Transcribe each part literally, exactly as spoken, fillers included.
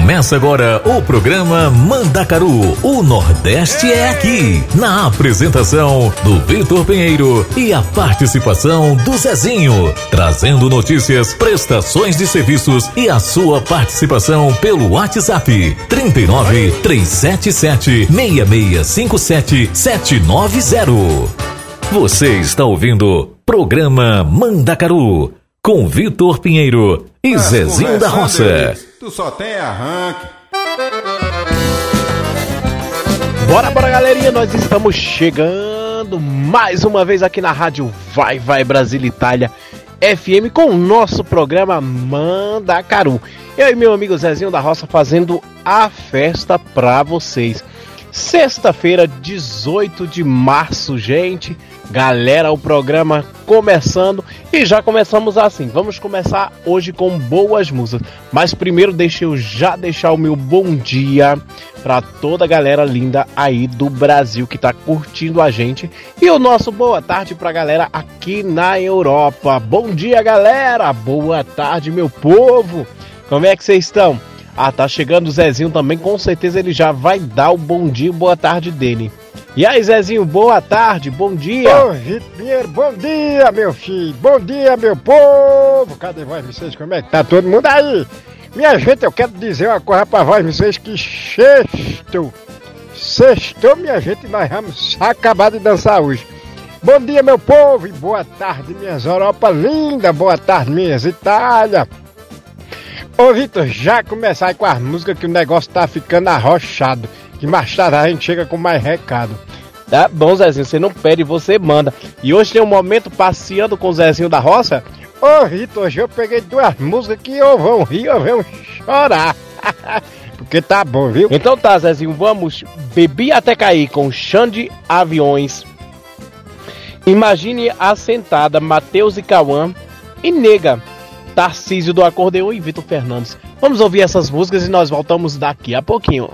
Começa agora o programa Mandacaru, o Nordeste é aqui. Na apresentação do Vitor Pinheiro e a participação do Zezinho, trazendo notícias, prestações de serviços e a sua participação pelo WhatsApp trinta e nove, três sete sete, seis seis cinco sete, sete nove zero. Você está ouvindo programa Mandacaru com Vitor Pinheiro e Mas Zezinho da Roça. Tu só tem arranque. Bora, bora, galerinha, nós estamos chegando mais uma vez aqui na rádio Vai Vai Brasília Itália F M com o nosso programa Mandacaru. Eu e meu amigo Zezinho da Roça fazendo a festa pra vocês. Sexta-feira, dezoito de março, gente. Galera, o programa começando e já começamos assim. Vamos começar hoje com boas músicas. Mas primeiro deixa eu já deixar o meu bom dia para toda a galera linda aí do Brasil que tá curtindo a gente. E o nosso boa tarde pra galera aqui na Europa. Bom dia, galera. Boa tarde, meu povo. Como é que vocês estão? Ah, tá chegando o Zezinho também, com certeza ele já vai dar o bom dia e boa tarde dele. E aí, Zezinho, boa tarde, bom dia. Ô, Vitor Pinheiro, bom dia, meu filho, bom dia, meu povo. Cadê vós, vocês, como é que tá todo mundo aí? Minha gente, eu quero dizer uma coisa pra vós, vocês, que sexto, sextou, minha gente, nós vamos acabar de dançar hoje. Bom dia, meu povo, e boa tarde, minhas Europa lindas, boa tarde, minhas Itália. Ô, Vitor, já começar aí com as músicas que o negócio tá ficando arrochado. Que mais tarde a gente chega com mais recado. Tá bom, Zezinho, você não pede, você manda. E hoje tem um momento passeando com o Zezinho da Roça. Ô, Vitor, hoje eu peguei duas músicas que ou vão rir ou vão chorar. Porque tá bom, viu? Então tá, Zezinho, vamos. Bebi até cair com Xande Aviões. Imagine assentada, Matheus e Cauã. E Nega, Tarcísio do Acordeon e Vitor Fernandes. Vamos ouvir essas músicas e nós voltamos daqui a pouquinho.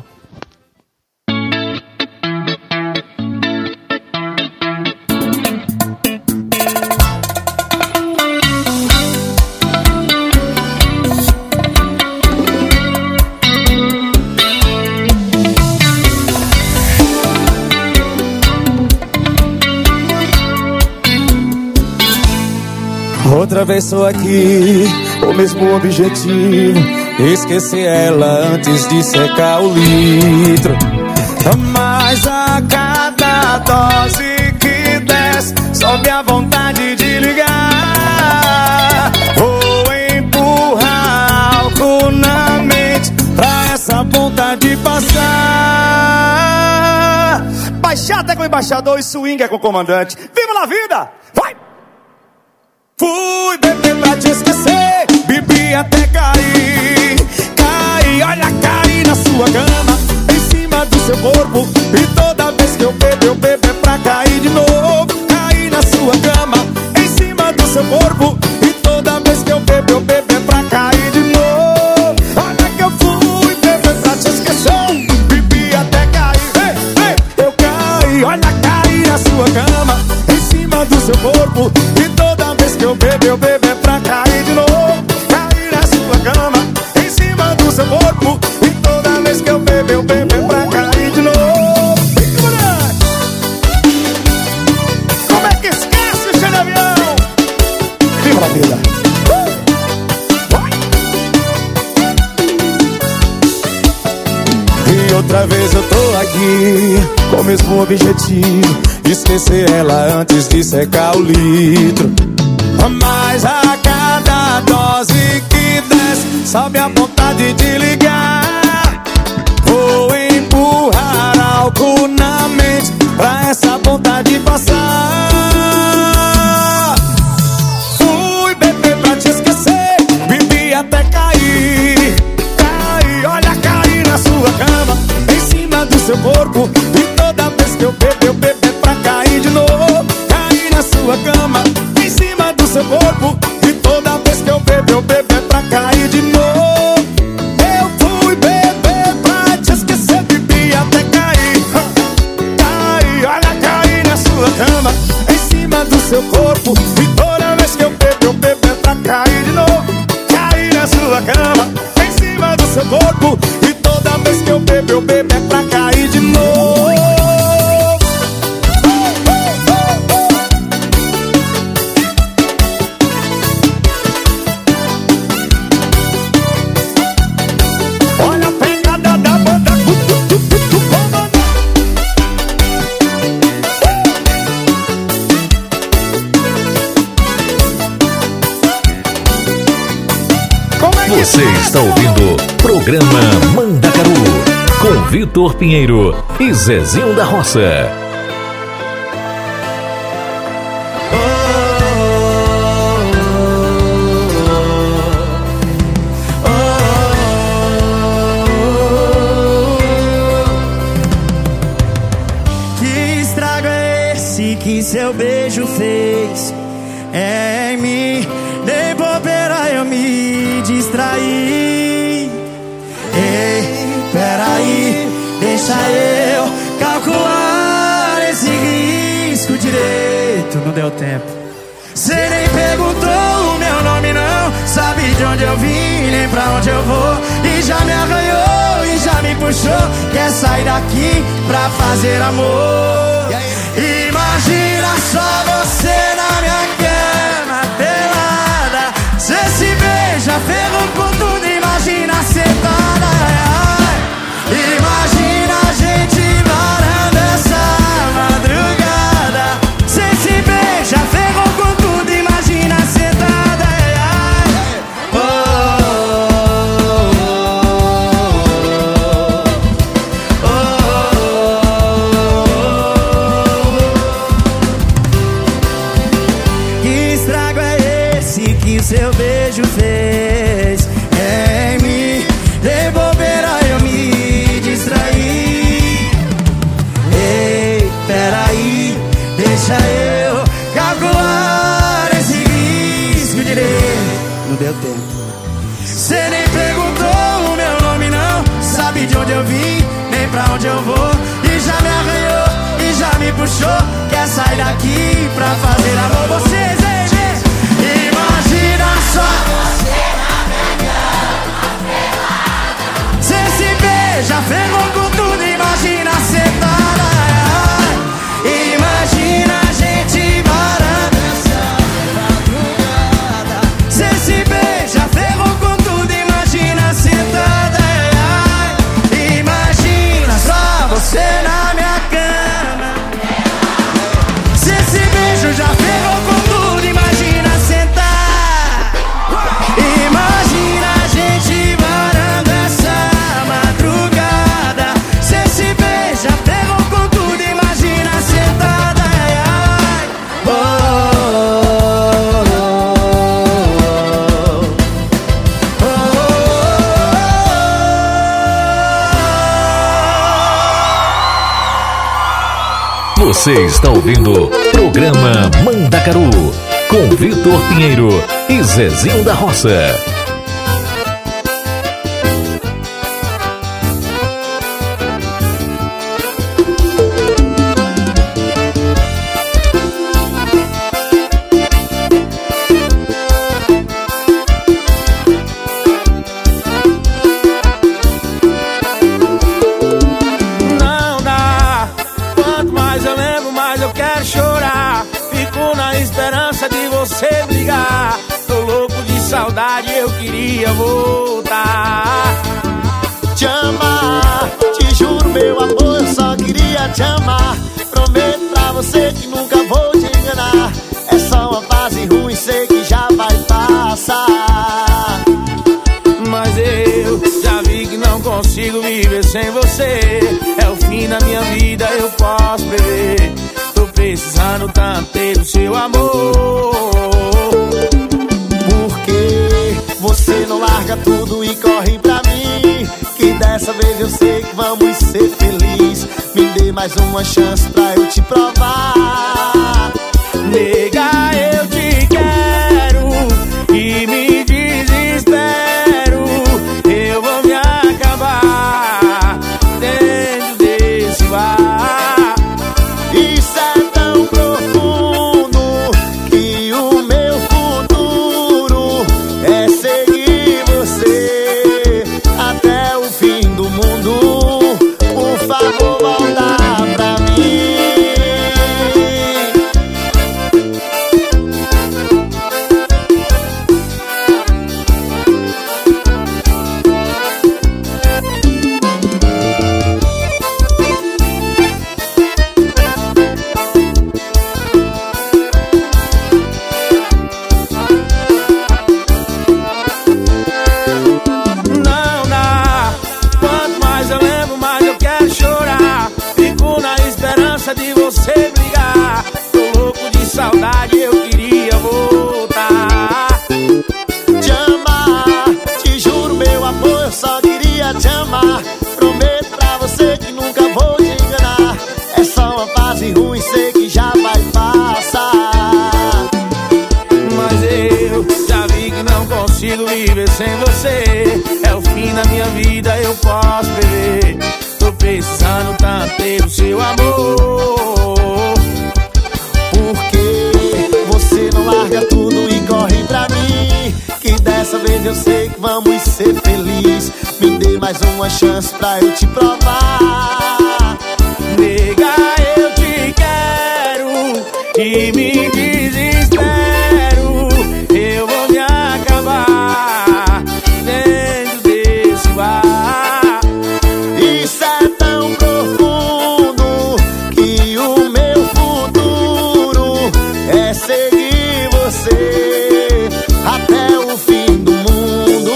Outra vez sou aqui, o mesmo objetivo, esquecer ela antes de secar o litro. Mas a cada dose que desce, sobe a vontade de ligar. Vou empurrar álcool na mente, pra essa vontade passar. Baixada com o embaixador e swing é com o comandante. Viva la vida! Vai! Fui beber pra te esquecer, bebi até cair. Caí, olha, caí na sua cama, em cima do seu corpo. E toda vez que eu bebo, eu bebo é pra cair de novo. Caí na sua cama, em cima do seu corpo. E toda vez que eu bebo, eu bebo é pra cair de novo. Olha que eu fui beber pra te esquecer, bebi até cair. Ei, ei, eu caí, olha, caí na sua cama, em cima do seu corpo. E toda vez que eu bebo, eu bebo é pra cair de novo. Cair na sua cama, em cima do seu corpo. E toda vez que eu bebo, eu bebo é pra cair de novo. Como é que esquece o Xande Avião? Viva a vida! Uh! E outra vez eu tô aqui, com o mesmo objetivo, esquecer ela antes de secar o litro. Mas a cada dose que desce, sobe a vontade de ligar. Vou empurrar álcool na mente, pra essa vontade passar. Fui beber pra te esquecer, bebi até cair. Caí, olha, caí na sua cama, em cima do seu corpo. E toda vez que eu bebo, eu bebo é pra cair de novo. Caí na sua cama, em cima do seu corpo. E toda vez que eu bebo, eu bebo é pra cair de novo. Eu fui beber pra te esquecer, bebi até cair. Caí, olha, caí na sua cama, em cima do seu corpo. E toda vez que eu bebo, eu bebo é pra cair de novo. Caí na sua cama, em cima do seu corpo. E bebo, eu bebo é pra cair de novo. Olha a pegada da banda. Você está ouvindo Programa Mandacaru com Vitor Pinheiro e Zezinho da Roça. Que estrago é esse que seu beijo fez em mim? Nem bobeira eu me distraí. Ei, peraí, deixa eu calcular esse risco direito. Não deu tempo. Cê nem perguntou o meu nome não, sabe de onde eu vim, nem pra onde eu vou. E já me arranhou e já me puxou, quer sair daqui pra fazer amor. Imagina só você na minha cama pelada, cê se beija, ferrou com tudo, imagina sentada. Imagina a gente varando essa madrugada, cê se beija, ferrou com tudo, imagina sentada. Oh, oh, oh. Que estrago é esse que seu beijo fez em mim? De bobeira eu me distraí. Ei, peraí, deixa eu calcular esse risco direito. Não deu tempo. Cê nem perguntou o meu nome não, sabe de onde eu vim, nem pra onde eu vou. E já me arranhou e já me puxou, quer sair daqui pra fazer amor. Vocês, hein, gente? Imagina só você na minha cama pelada, cê se beija, ferrou com tudo, imagina sentada. Imagina a gente varando essa madrugada, cê se beija, ferrou com tudo, imagina sentada. Imagina só você na minha cama, cê se beija, já ferrou com tudo, imagina sentar. Imagina a gente varando essa madrugada, cê se beija, ferrou com tudo, imagina sentada. Oh, oh, oh, oh. Você está ouvindo Programa Mandacaru com Vitor Pinheiro e Zezinho da Roça. Não dá, quanto mais eu lembro, mais eu quero chorar. Fico na esperança de você brigar. Tô louco de saudade, eu queria voltar. Te amar, te juro meu amor, eu só queria te amar. Prometo pra você que nunca vou te enganar. É só uma fase ruim, sei que já vai passar. Mas eu já vi que não consigo viver sem você. É o fim da minha vida, eu posso prever. Tô precisando tanto ter o seu amor. Porque você não larga tudo e corre pra mim, que dessa vez eu sei que vamos ser felizes. Me dê mais uma chance pra eu te provar. Nega, eu te quero e me desespero. Eu vou me acabar dentro desse bar. Isso é tão profundo que o meu futuro é seguir você até o fim do mundo. queria te amar. Prometo pra você que nunca vou te enganar. É só uma fase ruim, sei que já vai passar. Mas eu já vi que não consigo viver sem você. É o fim da minha vida, eu posso beber. Tô precisando tanto ter o seu amor. Porque você não larga tudo e corre pra mim, que dessa vez eu sei que vamos ser felizes. Me dê mais uma chance pra eu te provar. Nega, eu te quero e me desespero. Eu vou me acabar dentro desse bar. Isso é tão profundo que o meu futuro é seguir você até o fim do mundo.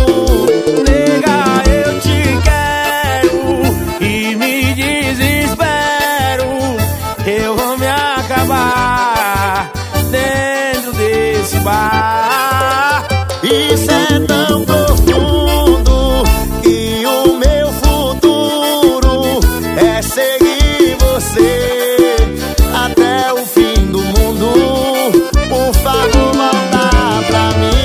Nega, eu te quero e me desespero. Eu vou me acabar dentro desse bar. Isso é tão profundo que o meu futuro é seguir você até o fim do mundo. Por favor, volta pra mim.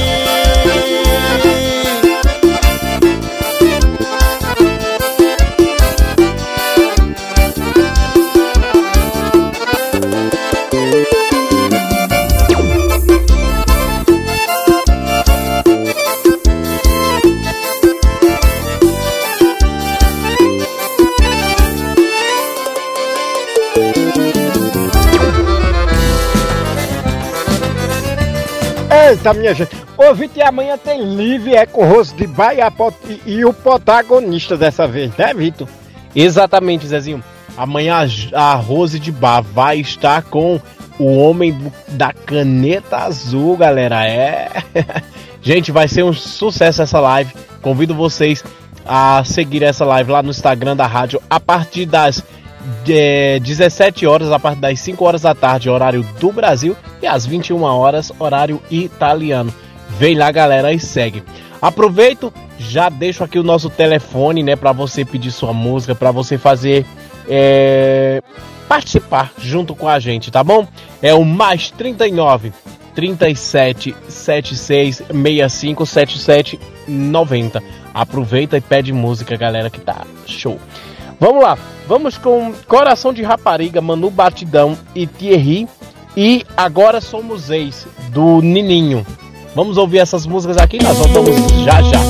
Eita, minha gente. Ouvinte, e amanhã tem Live é com Rose de Bar e, a pot- e- e o protagonista dessa vez, né, Vitor? Exatamente, Zezinho. Amanhã a a Rose de Bar vai estar com o homem do- da caneta azul, galera. É. Gente, vai ser um sucesso essa live. Convido vocês a seguir essa live lá no Instagram da rádio a partir das é, dezessete horas, a partir das cinco horas da tarde, horário do Brasil, e às vinte e uma horas, horário italiano. Vem lá, galera, e segue. Aproveito, já deixo aqui o nosso telefone, né, para você pedir sua música, para você fazer é, participar junto com a gente, tá bom? É o mais trinta e nove, trinta e sete, setenta e seis, sessenta e cinco, setenta e sete, noventa. Aproveita e pede música, galera, que tá show. Vamos lá, vamos com Coração de Rapariga, Manu Batidão e Thierry. E Agora Somos Ex, do Nininho. Vamos ouvir essas músicas aqui, nós voltamos já já.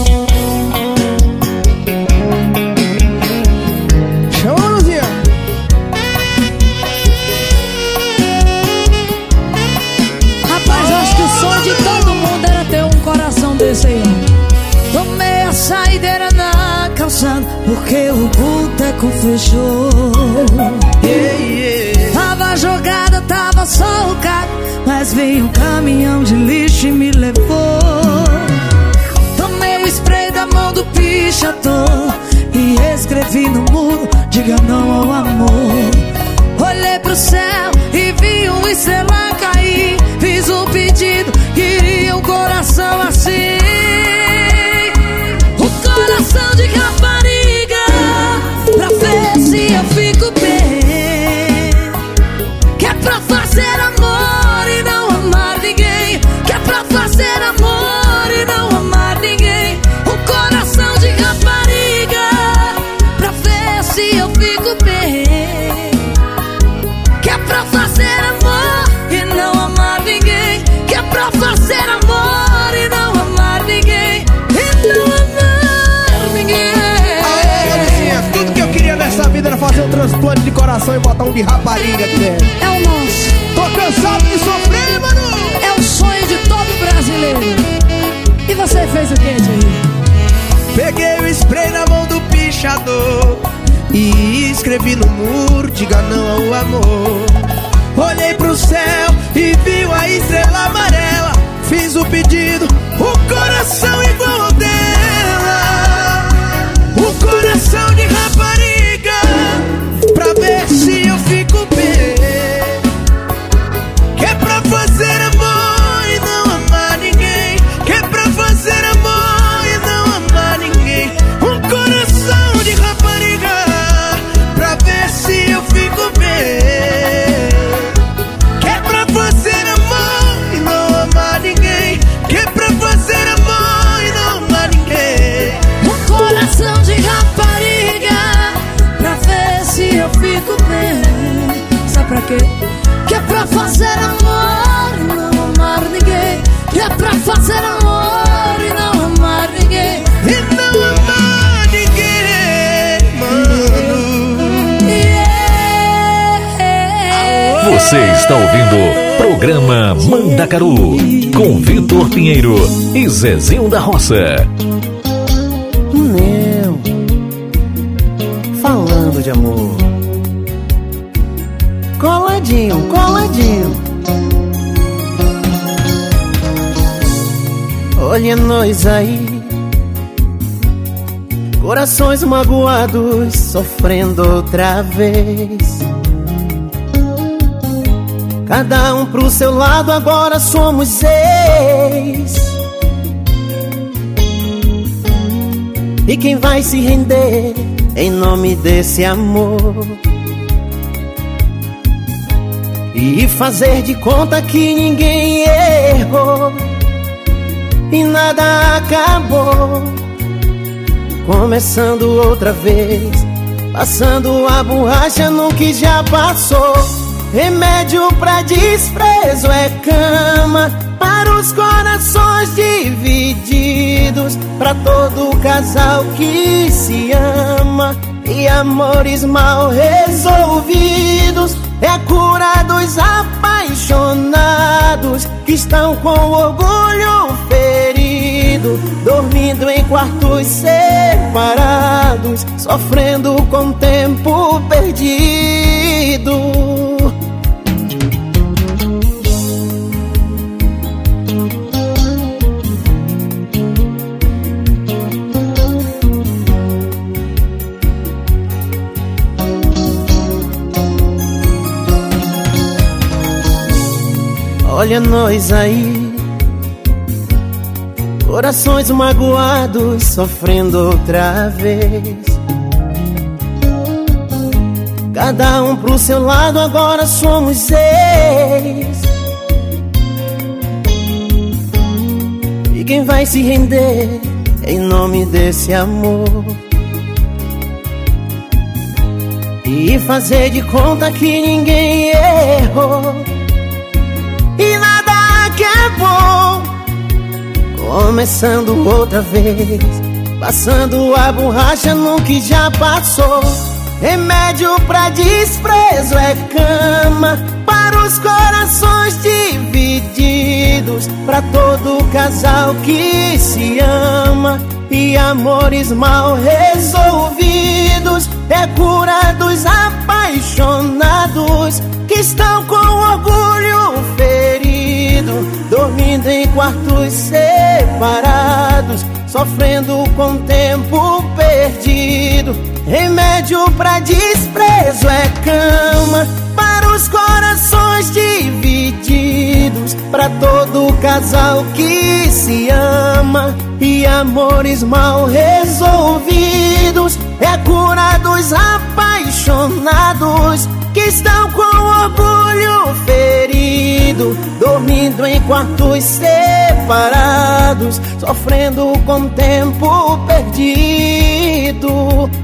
Chama, Luzia. Rapaz, eu acho que o sonho de todo mundo era ter um coração desse aí. Tomei a saideira na calçada porque o boteco fechou. Yeah, yeah. Tava jogada, tava só o carro, mas veio um caminhão de lixo e me levou. Tomei o spray da mão do pichador e escrevi no muro: diga não ao amor. Olhei pro céu e vi uma estrela cair. Fiz um pedido, queria um coração assim. Um coração de rapariga, pra ver se eu fico bem. Que é pra fazer amor e não amar ninguém. Que é pra fazer amor e não amar ninguém. Um coração de rapariga, pra ver se eu fico bem. Que é pra fazer amor e não amar ninguém. Que é pra fazer amor e não amar ninguém. E não amar ninguém. Aê, Luzinha, tudo que eu queria nessa vida era fazer um transplante de coração e botar um de rapariga aqui dentro. É o nosso, Tô cansado de sofrer, mano. é o sonho de todo brasileiro. E você fez o que, Thierry? Peguei o spray na mão do pichador e escrevi no muro: diga não ao amor. Olhei pro céu e vi a estrela amarela. Fiz o pedido, o coração igual ao dela. O coração de rapariga, pra ver se eu fico bem. Que é pra fazer amor e não amar ninguém. Que é pra fazer amor e não amar ninguém. Um coração ninguém. Que é pra fazer amor e não amar ninguém. Que é pra fazer amor e não amar ninguém. E não amar ninguém, mano. Yeah. Você está ouvindo Programa Mandacaru com Vitor Pinheiro e Zezinho da Roça. Meu, falando de amor, coladinho, coladinho. Olha nós aí, corações magoados, sofrendo outra vez. Cada um pro seu lado, agora somos ex. E quem vai se render em nome desse amor? E fazer de conta que ninguém errou e nada acabou. Começando outra vez, passando a borracha no que já passou. Remédio pra desprezo é cama para os corações divididos, pra todo casal que se ama. E amores mal resolvidos é a cura dos apaixonados que estão com orgulho ferido, dormindo em quartos separados, sofrendo com o tempo perdido. Olha nós aí, corações magoados, sofrendo outra vez. Cada um pro seu lado, agora somos ex. E quem vai se render em nome desse amor? E fazer de conta que ninguém errou e nada acabou. Começando outra vez, passando a borracha no que já passou. Remédio pra desprezo é cama para os corações divididos, pra todo casal que se ama. E amores mal resolvidos é cura dos apaixonados que estão com orgulho ferido, dormindo em quartos separados, sofrendo com o tempo perdido. Remédio pra desprezo é cama para os corações divididos, pra todo casal que se ama. E amores mal resolvidos é a cura dos apaixonados que estão com orgulho ferido, dormindo em quartos separados, sofrendo com o tempo perdido.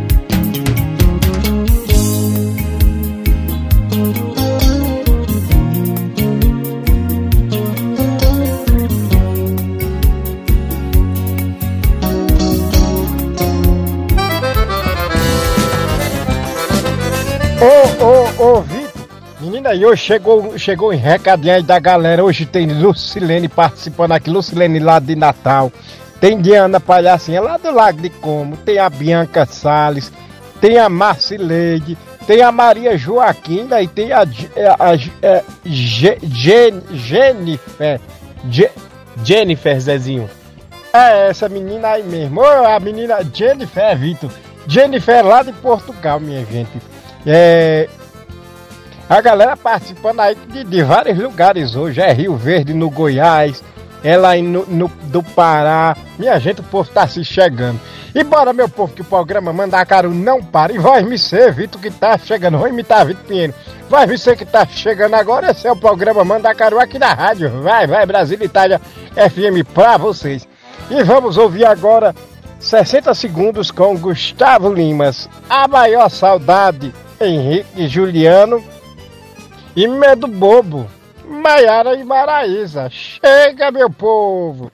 Ô, ô, ô, Vitor, menina, e hoje chegou, chegou em recadinho aí da galera. Hoje tem Lucilene participando aqui, Lucilene lá de Natal. Tem Diana Palhacinha lá do Lago de Como. Tem a Bianca Salles, tem a Marcileide, tem a Maria Joaquina e tem a, a, a, a G, Gen, Jennifer, G, Jennifer, Zezinho. É essa menina aí mesmo, ô, a menina Jennifer, Vitor. Jennifer lá de Portugal, minha gente. É, a galera participando aí de, de vários lugares hoje. É Rio Verde, no Goiás, é lá no, no, do Pará. Minha gente, o povo tá se chegando. E bora, meu povo, que o programa Mandacaru não para. E vai me ser, Vitor, que tá chegando. Vou imitar Vitor Pinheiro. Vai me ser que tá chegando agora. Esse é o programa Mandacaru aqui na rádio. Vai, vai, Brasil Itália F M pra vocês. E vamos ouvir agora sessenta segundos com Gustavo Limas. A maior saudade, Henrique e Juliano. E medo bobo, Maiara e Maraísa. Chega, meu povo!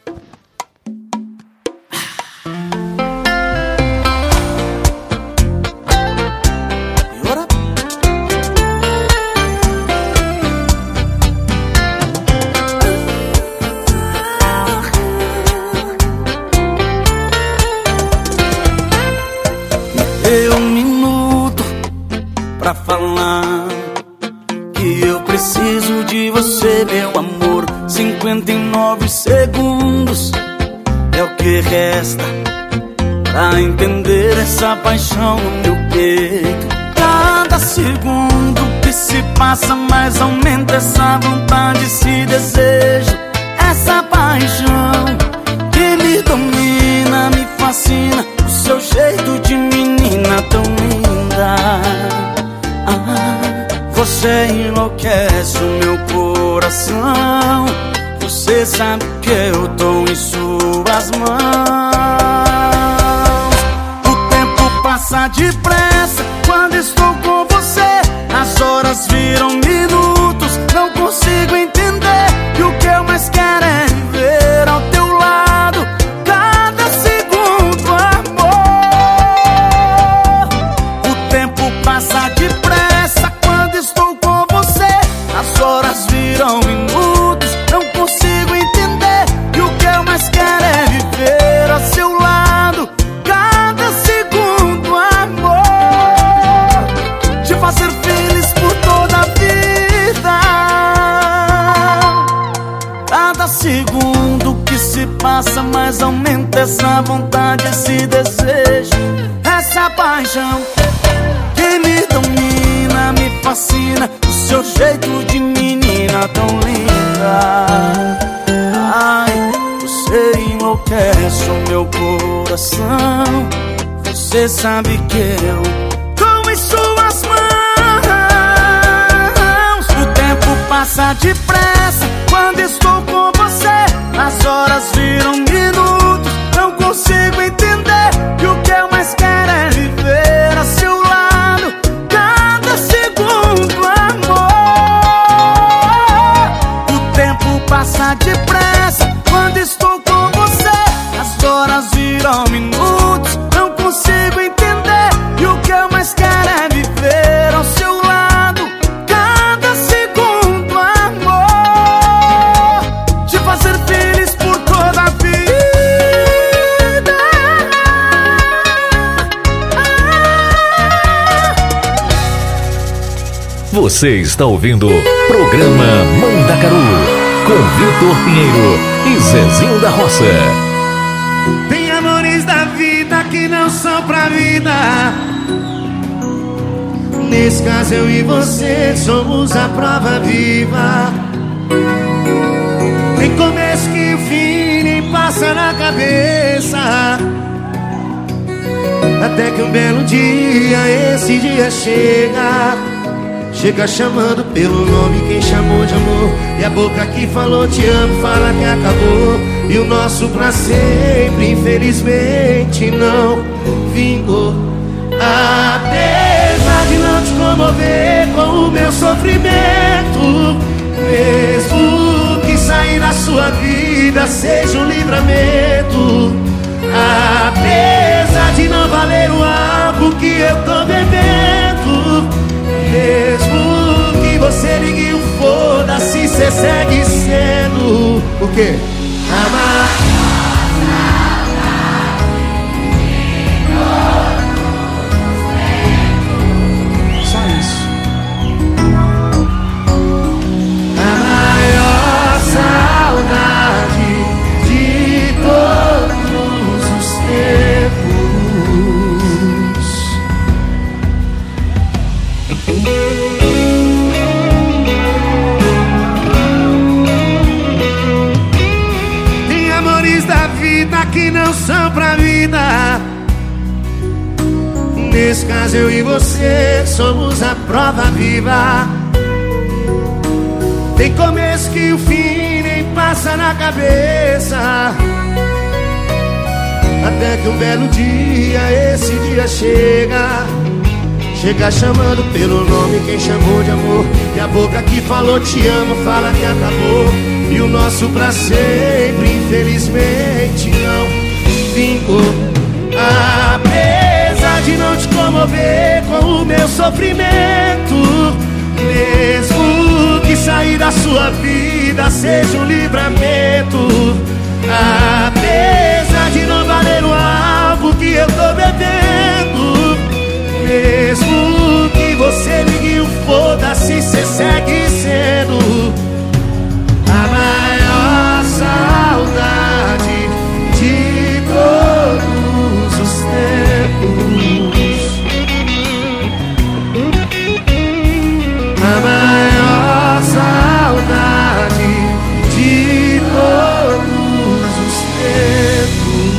Um minuto pra falar que eu preciso de você, meu amor. Cinquenta e nove segundos é o que resta pra entender essa paixão no meu peito. Cada segundo que se passa mais aumenta essa vontade, esse desejo, essa paixão que me domina, me fascina. O seu jeito de menina tão linda, ah, você enlouquece o meu coração. Você sabe que eu tô em suas mãos. O tempo passa depressa quando estou com você. As horas viram minutos, não consigo entender. E o que eu mais quero é viver ao teu lado cada segundo, amor. O tempo passa depressa quando estou com você. As horas viram minutos, não consigo entender. E o que eu mais quero é viver ao seu lado cada segundo, amor. Te fazer feliz por toda a vida. Cada segundo que se passa mais aumenta essa vontade, esse desejo, essa paixão que me domina, me fascina. O seu jeito de menina tão linda, ai, você enlouquece o meu coração. Você sabe que eu tô em suas mãos. O tempo passa depressa quando estou com você. As horas viram minutos, não consigo entender. E o que eu mais quero é viver a seu lado cada segundo, amor. O tempo passa depressa quando estou com você. As horas viram minutos, não consigo entender. E o que eu mais quero é viver ao seu lado cada segundo, amor. Te fazer feliz por toda a vida. Você está ouvindo o programa Mandacaru com Vitor Pinheiro e Zezinho da Roça. Tem amores da vida que não são pra vida. Nesse caso eu e você somos a prova viva. Tem começo que o fim nem passa na cabeça. Até que um belo dia, esse dia chega. Chega chamando pelo nome quem chamou de amor. E a boca que falou te amo fala que acabou. E o nosso pra sempre infelizmente não vingou. Apesar de não te comover com o meu sofrimento, mesmo que sair da sua vida seja um livramento. Apesar de não valer o álcool que eu tô bebendo, mesmo que você ligue o foda-se, cê segue sendo o quê? Amar. Só isso. A maior saudade de todos os tempos. Tem amores da vida que não são pra vida. Nesse caso eu e você somos a prova viva. Tem começo que o fim nem passa na cabeça. Até que um belo dia, esse dia chega. chega chamando pelo nome quem chamou de amor. E a boca que falou te amo fala que acabou. E o nosso pra sempre infelizmente não vingou. Apesar de não te comover com o meu sofrimento, mesmo que sair da sua vida seja um livramento, apesar de não valer o álcool que eu tô bebendo, mesmo que você ligue o foda-se, cê segue sendo a maior saudade de todos os tempos, a maior saudade de todos os tempos.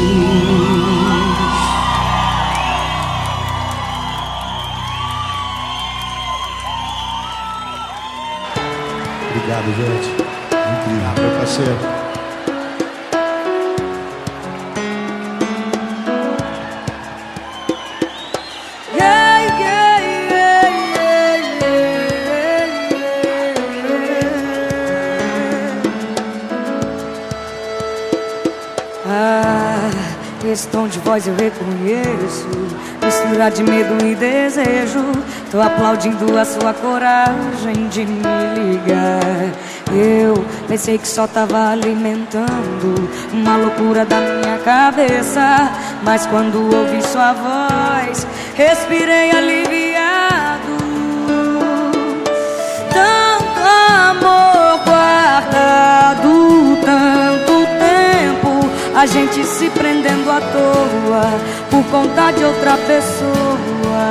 Obrigado, gente. Incrível, meu parceiro. Esse tom de voz eu reconheço, mistura de medo e desejo. Tô aplaudindo a sua coragem de me ligar. Eu pensei que só tava alimentando uma loucura da minha cabeça, mas quando ouvi sua voz, respirei aliviado. Tanto amor guardado, tanto tempo a gente se prendendo à toa por conta de outra pessoa.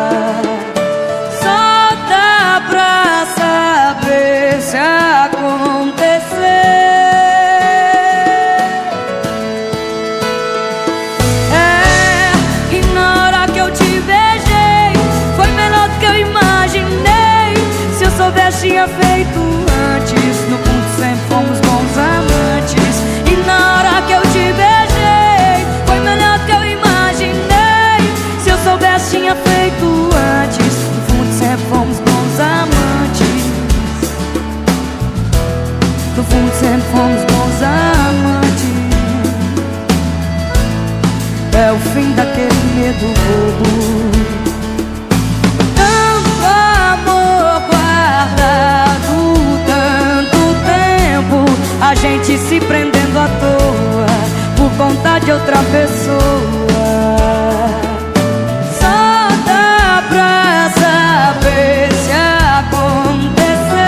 Só dá pra saber se acontecer. É, e na hora que eu te beijei, foi melhor do que eu imaginei. Se eu soubesse tinha feito antes, no fundo sempre fomos bons amantes. E na hora que eu te beijei, foi melhor do que eu imaginei. Se eu soubesse tinha feito antes, no fundo sempre fomos bons amantes. No fundo sempre fomos bons amantes. É o fim daquele medo bobo. Tanto amor guardado, tanto tempo a gente se prendendo à toa por conta de outra pessoa. Só dá pra saber se acontecer.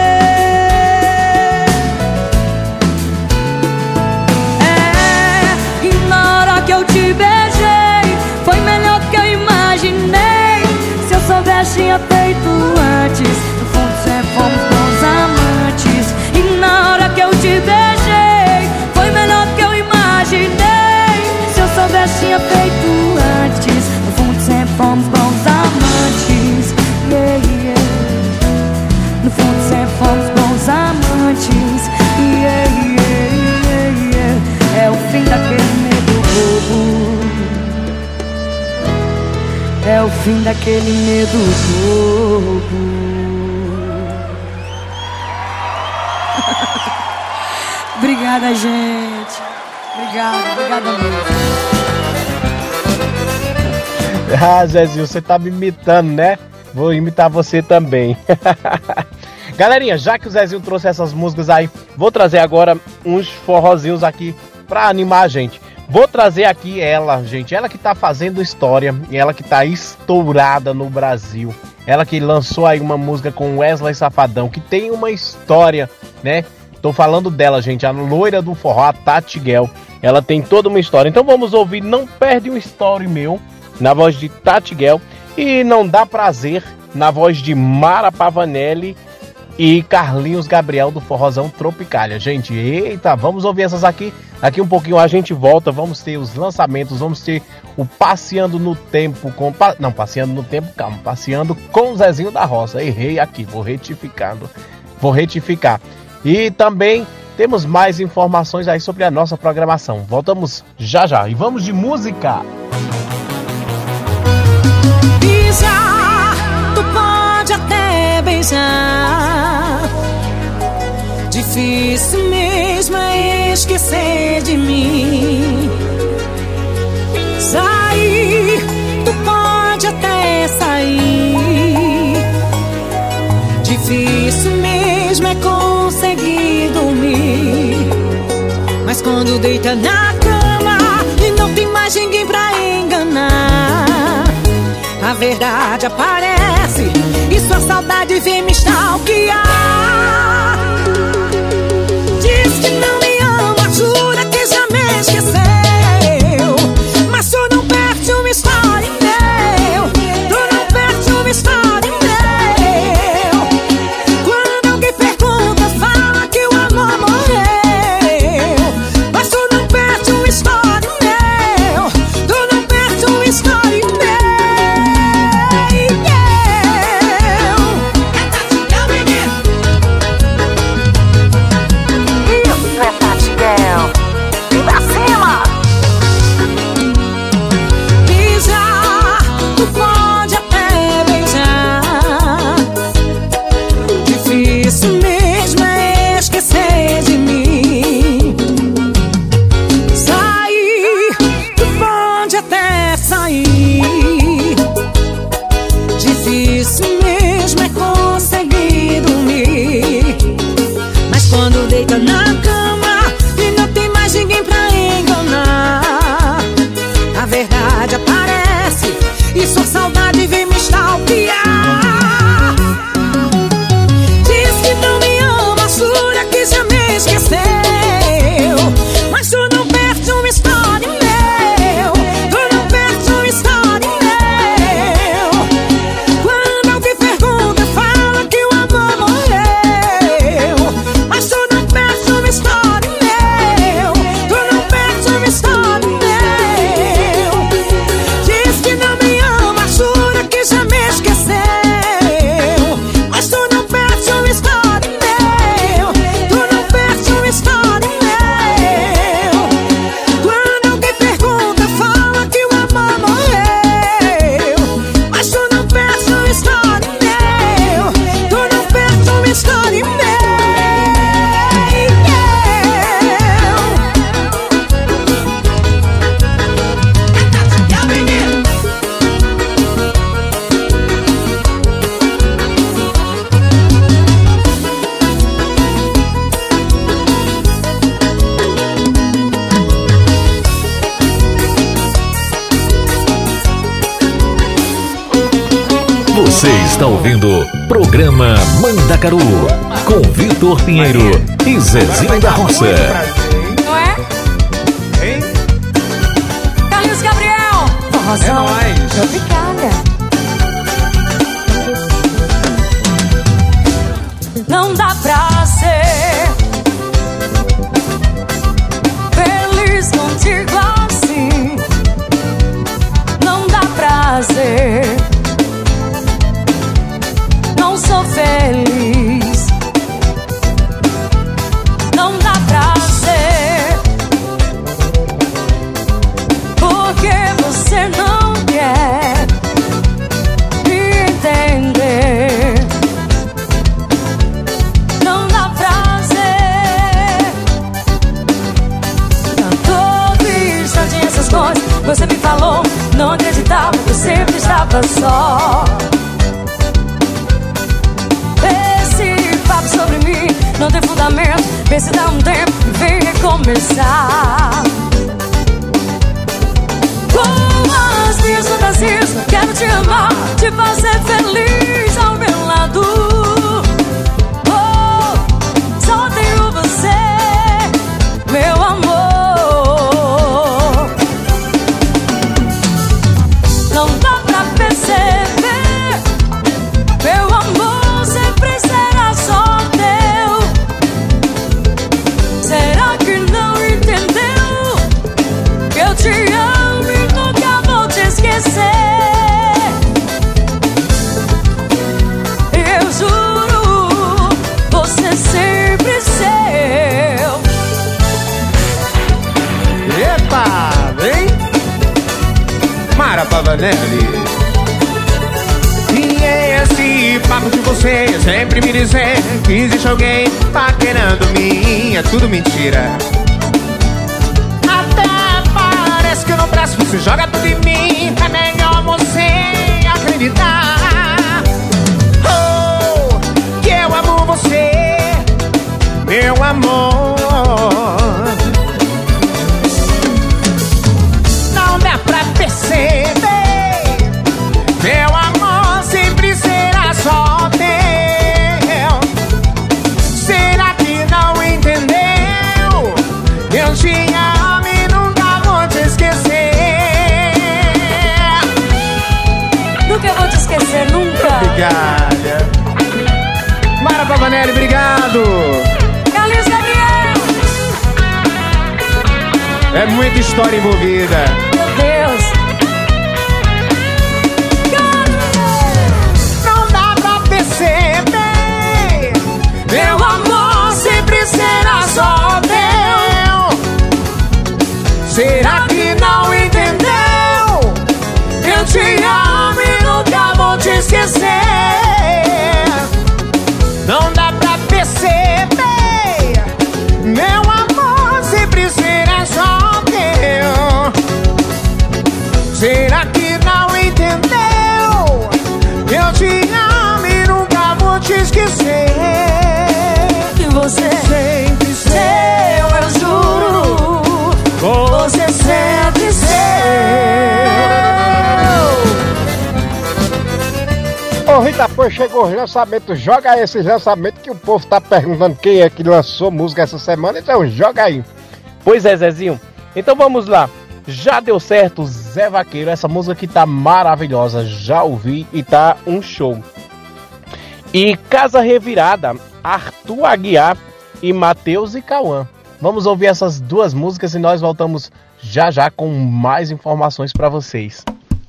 É, e na hora que eu te beijei, foi melhor do que eu imaginei. Se eu soubesse tinha feito antes, no fundo sempre fomos bons amantes. E na hora que eu te beijei, foi melhor do que eu imaginei. Se eu soubesse tinha feito antes, no fundo sempre fomos bons amantes. Yeah, yeah. No fundo sempre fomos bons amantes. Yeah, yeah, yeah, yeah. É o fim daquele medo bobo. É o fim daquele medo bobo. Obrigada, gente. Obrigada, obrigada mesmo. Ah, Zezinho, você tá me imitando, né? Vou imitar você também. Galerinha, já que o Zezinho trouxe essas músicas aí, vou trazer agora uns forrozinhos aqui pra animar a gente. Vou trazer aqui ela, gente, ela que tá fazendo história e ela que tá estourada no Brasil. Ela que lançou aí uma música com Wesley Safadão, que tem uma história, né? Tô falando dela, gente, a loira do forró, a Tati Guel. Ela tem toda uma história. Então vamos ouvir Não Perde um Story Meu, na voz de Tati Guel. E Não Dá Prazer, na voz de Mara Pavanelli e Carlinhos Gabriel do Forrozão Tropicália. Gente, eita, vamos ouvir essas aqui. Daqui um pouquinho a gente volta, vamos ter os lançamentos, vamos ter o Passeando no Tempo com... Não, Passeando no Tempo, calma, Passeando com o Zezinho da Roça. Errei aqui, vou retificando, vou retificar. E também temos mais informações aí sobre a nossa programação. Voltamos já já e vamos de música. Pisa Difícil mesmo é esquecer de mim. Sair, tu pode até sair. Difícil mesmo é conseguir dormir. Mas quando deita na cama e não tem mais ninguém pra enganar, a verdade aparece e sua saudade vem me stalkear. Diz que não me ama, jura que já me esqueceu, mas tu não perde uma história em meu. Tu não perde uma história em meu. Quando alguém pergunta, fala que o amor morreu, mas tu não perde uma história em meu. Tu não perde uma história em meu. Na cama e não tem mais ninguém pra enganar, a verdade aparece e sua saudade vem me stalkear. Diz que não me ama, jura que já me esqueceu, mas tu não perde uma história em meu. Tu não perde uma história em meu. Quando alguém pergunta, fala que o amor morreu, mas tu não perde uma história meu. Tu não perde uma história meu. Diz que não me ama, jura que já me esqueceu, mas tu não perde uma história meu. Tu não perde uma história meu. Quando alguém pergunta, fala que o amor morreu, mas tu não perde uma história meu. Tu não perde uma história meu. Você está ouvindo programa Mandacaru com Vitor Pinheiro e Zezinho da Roça. Não é? Hein? Carlos Gabriel! É nóis. Obrigada. Não dá pra ser feliz contigo assim. Não dá pra ser. Não sou feliz. Não dá pra ser, porque você não quer me entender. Não dá pra ser. Tanto vista essas coisas, você me falou, não acreditava, eu sempre estava só. Esse papo sobre mim não tem fundamento. Vê se dá um tempo e vem recomeçar. Com as minhas fantasias, quero te amar, te fazer feliz ao meu lado. Oh, só tenho você, meu amor. Não dá pra perceber, meu amor sempre será só teu. Será que não entendeu que eu te amo e nunca vou te esquecer? Eu juro, você sempre seu. Epa, vem Mara Pavanelli. E é assim E papo de você sempre me dizer que existe alguém paquerando mim. É tudo mentira. Até parece que eu não presto, você joga tudo em mim. É melhor você acreditar, oh, que eu amo você, meu amor. Não dá pra perceber, meu amor sempre será só teu. Será que não entendeu? Eu te amo e nunca vou te esquecer. Nunca vou te esquecer, nunca. Obrigada. Mara Pavanelli, obrigado. Carlinhos Gabriel. É muita história envolvida. Meu Deus. Não dá pra perceber, meu amor sempre será só teu. Será que não entendeu? Eu te amo e nunca vou te esquecer. Não dá pra perceber, meu amor sempre será só teu. Será que não entendeu? Eu te amo e nunca vou te esquecer. Que você sempre seu, eu juro. você sempre seu. Ô Rita, pois chegou os lançamentos. Joga aí esses lançamentos que o povo tá perguntando quem é que lançou música essa semana. Então joga aí. Pois é, Zezinho. Então vamos lá. Já deu certo, Zé Vaqueiro. Essa música aqui tá maravilhosa. Já ouvi e tá um show. E Casa Revirada, Arthur Aguiar e Matheus e Cauã. Vamos ouvir essas duas músicas e nós voltamos já já com mais informações pra vocês.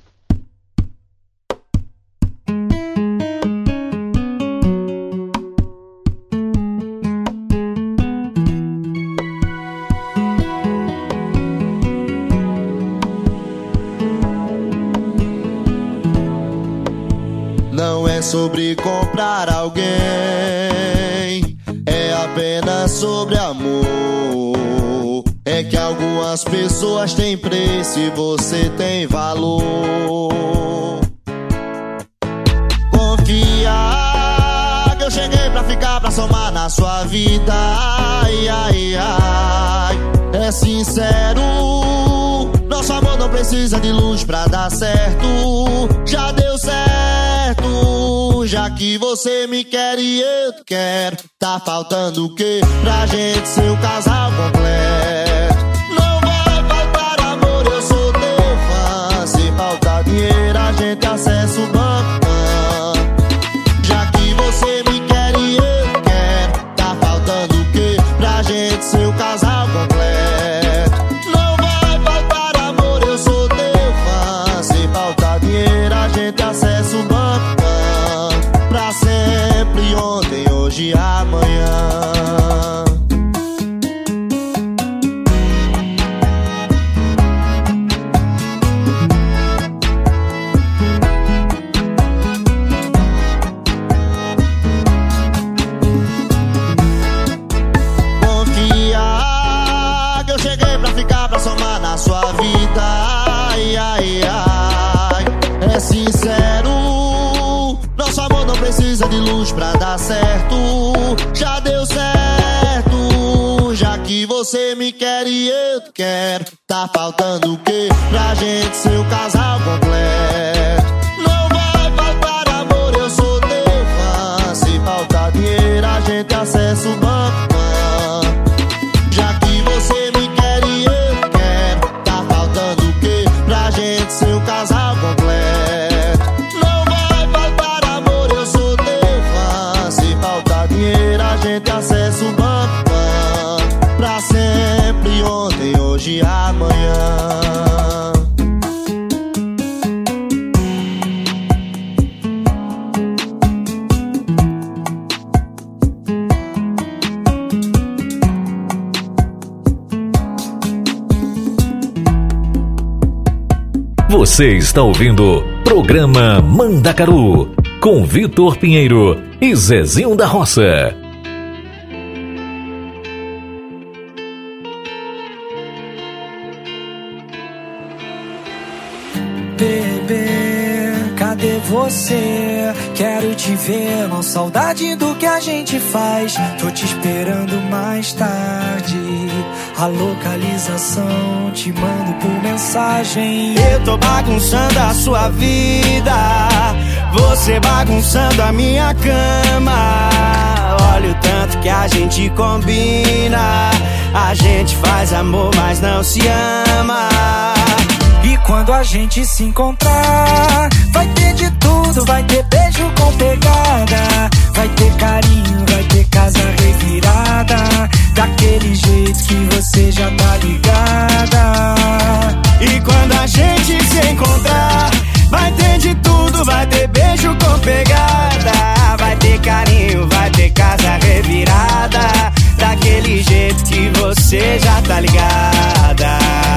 Não é sobre comprar alguém, é apenas sobre amor. É que algumas pessoas têm preço e você tem valor. Confia que eu cheguei pra ficar, pra somar na sua vida. Ai, ai, ai, é sincero, nosso amor não precisa de luz pra dar certo. Já deu certo, já que você me quer e eu te quero. Tá faltando o quê pra gente ser um casal completo? Não vai faltar amor, eu sou teu fã. Se faltar dinheiro, a gente acessa o banco. Já que você me quer e eu te quero. Tá faltando o quê pra gente ser um casal completo? Acesso o banco pra sempre, ontem, hoje e amanhã. Confia que eu cheguei pra ficar, pra somar na sua vida. Ai, ai, ai, é sincero, nosso amor não precisa de luz pra dar certo. Já deu certo, já que você me quer e eu te quero. Tá faltando o quê pra gente ser um casal completo? Não vai faltar amor, eu sou teu fã. Se faltar dinheiro, a gente acessa o banco. Já que você me quer e eu te quero. Tá faltando o quê pra gente ser um casal completo? Acesso o banco pra sempre, ontem, hoje e amanhã. Você está ouvindo Programa Mandacaru com Vitor Pinheiro e Zezinho da Roça. Bebê, cadê você? Quero te ver, não saudade do que a gente faz. Tô te esperando mais tarde. A localização te mando por mensagem. Eu tô bagunçando a sua vida, você bagunçando a minha cama. Olha o tanto que a gente combina. A gente faz amor, mas não se ama. E quando a gente se encontrar, vai ter de tudo, vai ter beijo com pegada, vai ter carinho, vai ter casa revirada, daquele jeito que você já tá ligada. E quando a gente se encontrar, vai ter de tudo, vai ter beijo com pegada, vai ter carinho, vai ter casa revirada, daquele jeito que você já tá ligada.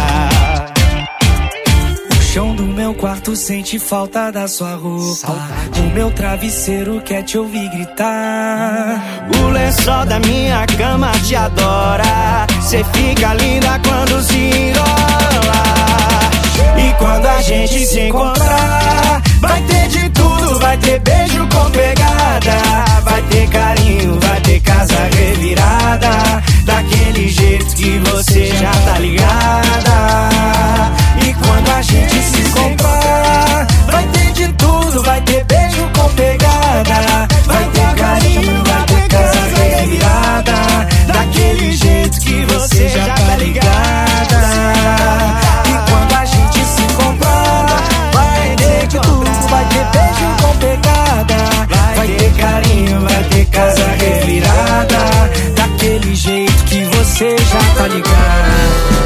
O chão do meu quarto sente falta da sua roupa. Saudade. O meu travesseiro quer te ouvir gritar. O lençol da minha cama te adora. Cê fica linda quando se enrola. E quando a gente se encontrar, vai ter de tudo, vai ter beijo com pegada, vai ter carinho, vai ter casa revirada, daquele jeito que você já tá ligada. E quando a gente se encontrar, vai ter de tudo, vai ter beijo com pegada, vai ter carinho, vai ter casa revirada, daquele jeito que você já tá ligada. E quando a gente se encontrar, vai ter de tudo, vai ter beijo com pegada, vai ter carinho, vai ter casa revirada, daquele jeito que você já tá ligada.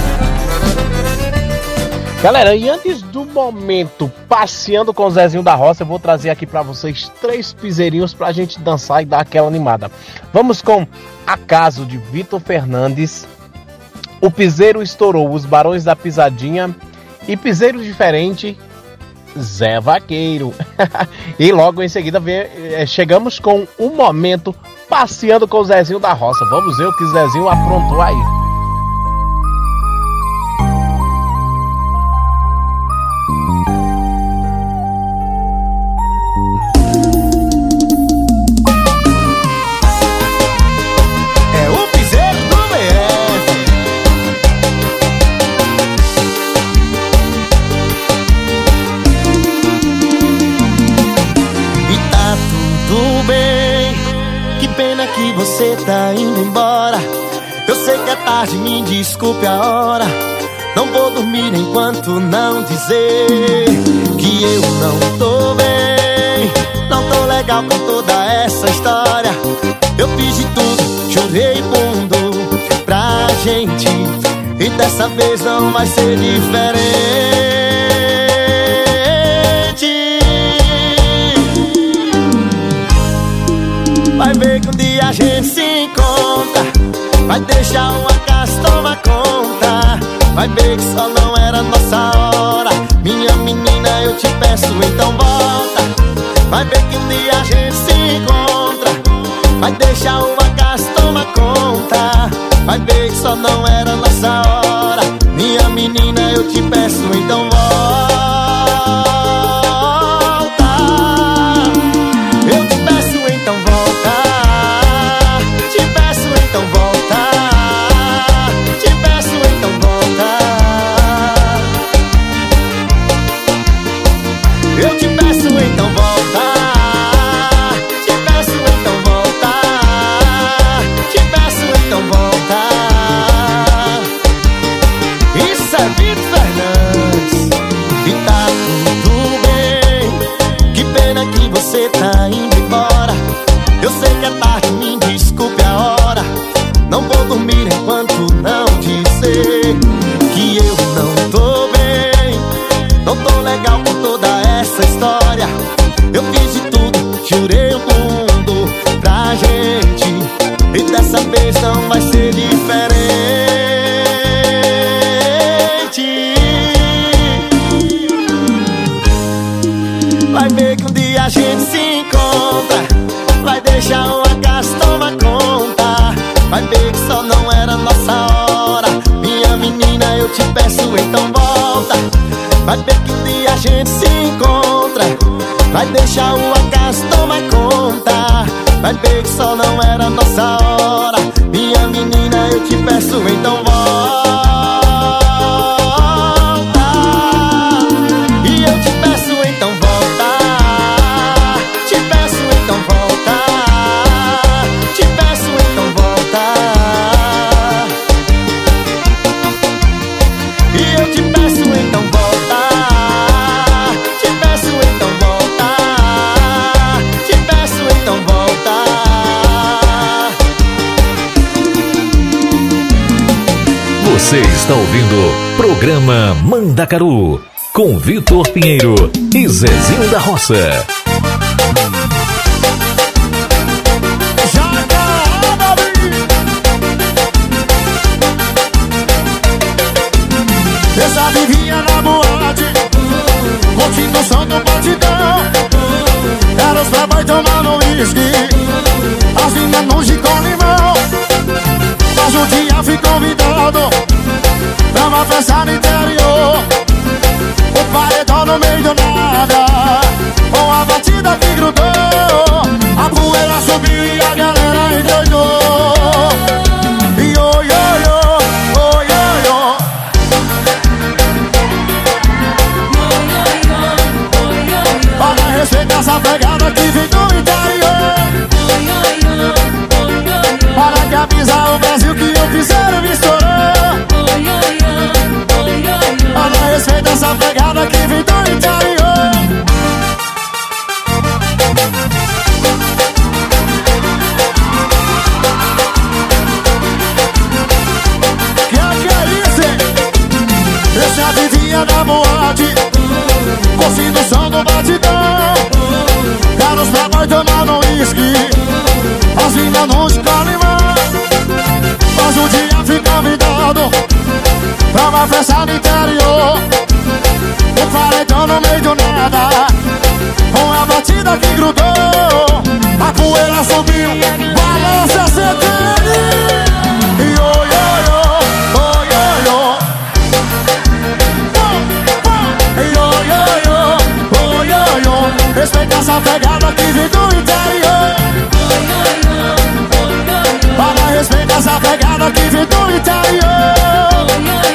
Galera, e antes do momento passeando com o Zezinho da Roça, eu vou trazer aqui pra vocês três piseirinhos pra gente dançar e dar aquela animada. Vamos com Acaso, de Vitor Fernandes. O Piseiro Estourou, Os Barões da Pisadinha. E Piseiro Diferente, Zé Vaqueiro. E logo em seguida vem, chegamos com o momento passeando com o Zezinho da Roça. Vamos ver o que o Zezinho aprontou aí. Você tá indo embora, eu sei que é tarde, me desculpe a hora. Não vou dormir enquanto não dizer que eu não tô bem. Não tô legal com toda essa história. Eu fiz de tudo, jurei fundo pra gente, e dessa vez não vai ser diferente. Vai ver que um dia a gente se encontra, vai deixar o acaso tomar conta, vai ver que só não era nossa hora. Minha menina, eu te peço, então volta. Vai ver que um dia a gente se encontra, vai deixar o acaso tomar conta, vai ver que só não era nossa hora. Minha menina, eu te peço, então volta. Eu te peço, então volta. Você tá indo embora, eu sei que é tarde, me desculpe a hora. Não vou dormir enquanto não dizer que eu não tô bem. Não tô legal com toda essa história. Eu fiz de tudo, jurei o mundo pra gente, e dessa vez não vai ser diferente. Vai ver que um dia a gente se encontra. Vai deixar o acaso tomar conta. Vai ver que só não era nossa hora. Minha menina, eu te peço, então volta. Vai ver que um dia a gente se encontra. Vai deixar o acaso tomar conta. Vai ver que só não era nossa hora. Minha menina, eu te peço, então volta. E eu te peço, então volta. Te peço, então volta. Te peço, então volta. E eu te peço, então volta. Te peço, então volta. Te peço, então volta. Você está ouvindo o programa Mandacaru com Vitor Pinheiro e Zezinho da Roça. Eu já vivia na boate, curtindo o som do batidão. Era os trabalhos tomando uísque, as meninas no gin com limão. Mas um dia fui convidado pra uma festa no interior. O paredão no meio do nada, com a batida que grudou. A poeira subiu e a galera endoidou. E oi, oi, oi, oi, oi, oi. Para respeitar essa pegada que vem do interior. Para que avisar o Brasil que eu fizeram me estourar. Para respeitar essa pegada que vem do interior. Que é que é isso, hein? Eu já vivia na boate, curtindo o som do batidão. Era os trabalhos tomando uísque, as minas nos calimão. Mas um dia fui convidado pra uma festa no interior. O paredão no meio do nada, com a batida que grudou. A poeira subiu, balança a C T N. E oi, oi, oi, oi, oi, oi. E oi, oi, oi, oi, oi, oi. Respeita essa pegada que vem do interior. Para respeitar essa pegada que vem do interior.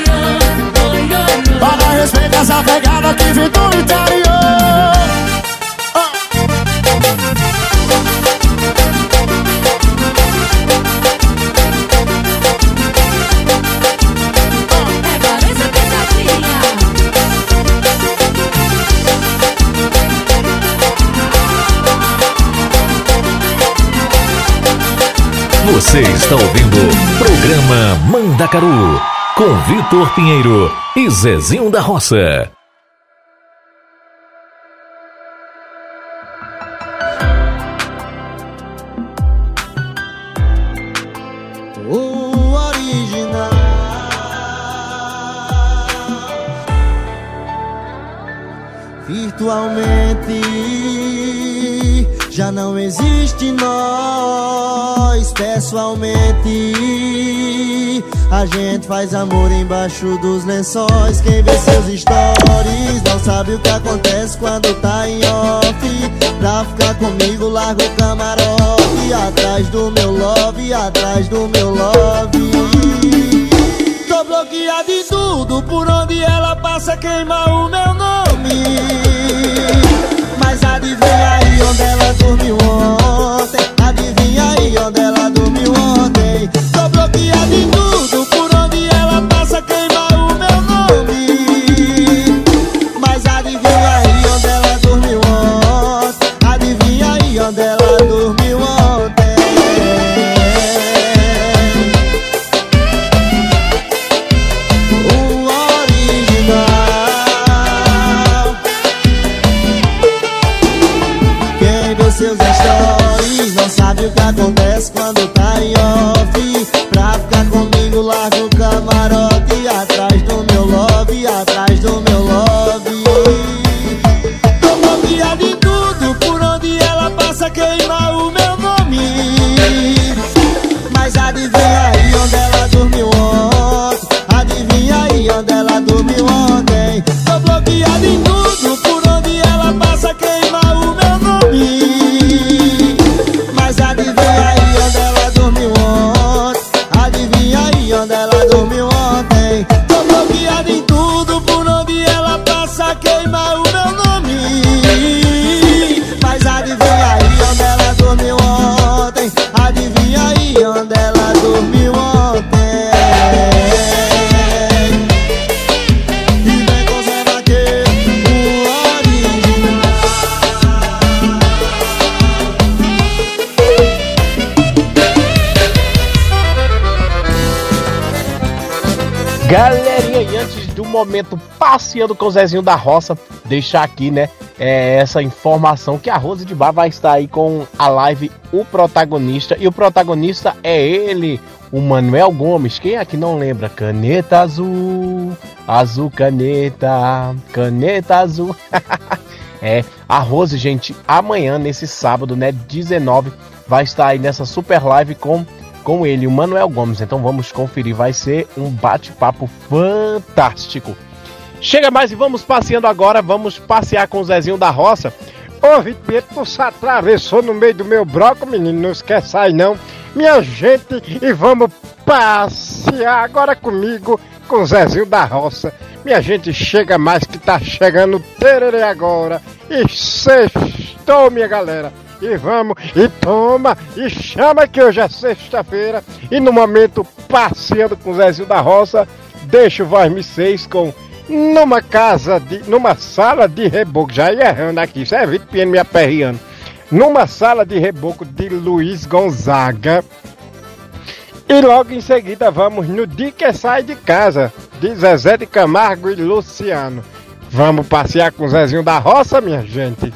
Para respeitar essa pegada que vem do interior. Você está ouvindo o programa Mandacaru com Vitor Pinheiro e Zezinho da Roça. O original. Virtualmente já não existe nós. Pessoalmente a gente faz amor embaixo dos lençóis. Quem vê seus stories não sabe o que acontece quando tá em off. Pra ficar comigo larga o camarote, atrás do meu love, atrás do meu love. Tô bloqueado em tudo, por onde ela passa queima o meu nome. Mas adivinha aí onde ela dormiu ontem. Adivinha aí onde ela dormiu ontem. Tô bloqueado em tudo, por onde ela passa queima o meu nome. Mas adivinha aí onde ela dormiu ontem. Adivinha aí onde ela dormiu ontem. O original. Quem vê seus stories não sabe o que acontece quando tá em off. Pra ficar comigo larga o camarote, atrás do meu love, atrás do meu love. Tô bloqueado em passa queima o meu nome. Mas adivinha aí onde ela dormiu ontem? Adivinha aí onde ela dormiu ontem? Tô bloqueado em tudo, por onde ela passa queima o meu nome. Mas adivinha aí onde ela dormiu ontem? Adivinha aí onde ela dormiu ontem? Tô bloqueado em tudo, por onde ela passa queima o meu nome. Mas adivinha aí onde ela dormiu ontem? Adivinha aí onde ela dormiu ontem? E vem conserva aqui o original. Galerinha, e antes do momento passeando com o Zezinho da Roça, deixar aqui, né, é, essa informação que a Rose de Bar vai estar aí com a live O Protagonista, e o protagonista é ele, o Manuel Gomes. Quem aqui não lembra? Caneta azul, azul caneta, caneta azul. É, a Rose, gente, amanhã, nesse sábado, né, dezenove, vai estar aí nessa super live com com ele, o Manuel Gomes. Então vamos conferir, vai ser um bate-papo fantástico. Chega mais e vamos passeando agora, vamos passear com o Zezinho da Roça. Ô, Vitor Pinheiro, tu se atravessou no meio do meu broco, menino, não esquece aí não. Minha gente, e vamos passear agora comigo, com o Zezinho da Roça. Minha gente, chega mais que tá chegando o tererê agora. E sextou, minha galera. E vamos, e toma, e chama que hoje é sexta-feira. E no momento, passeando com o Zezinho da Roça, deixa o Voz Me Seis com Numa Casa, de, numa Sala de Reboco. Já ia errando aqui, isso é Vitor Pinheiro me aperreando. Numa Sala de Reboco, de Luiz Gonzaga. E logo em seguida vamos no Dia que Sai de Casa, de Zezé de Camargo e Luciano. Vamos passear com o Zezinho da Roça, minha gente.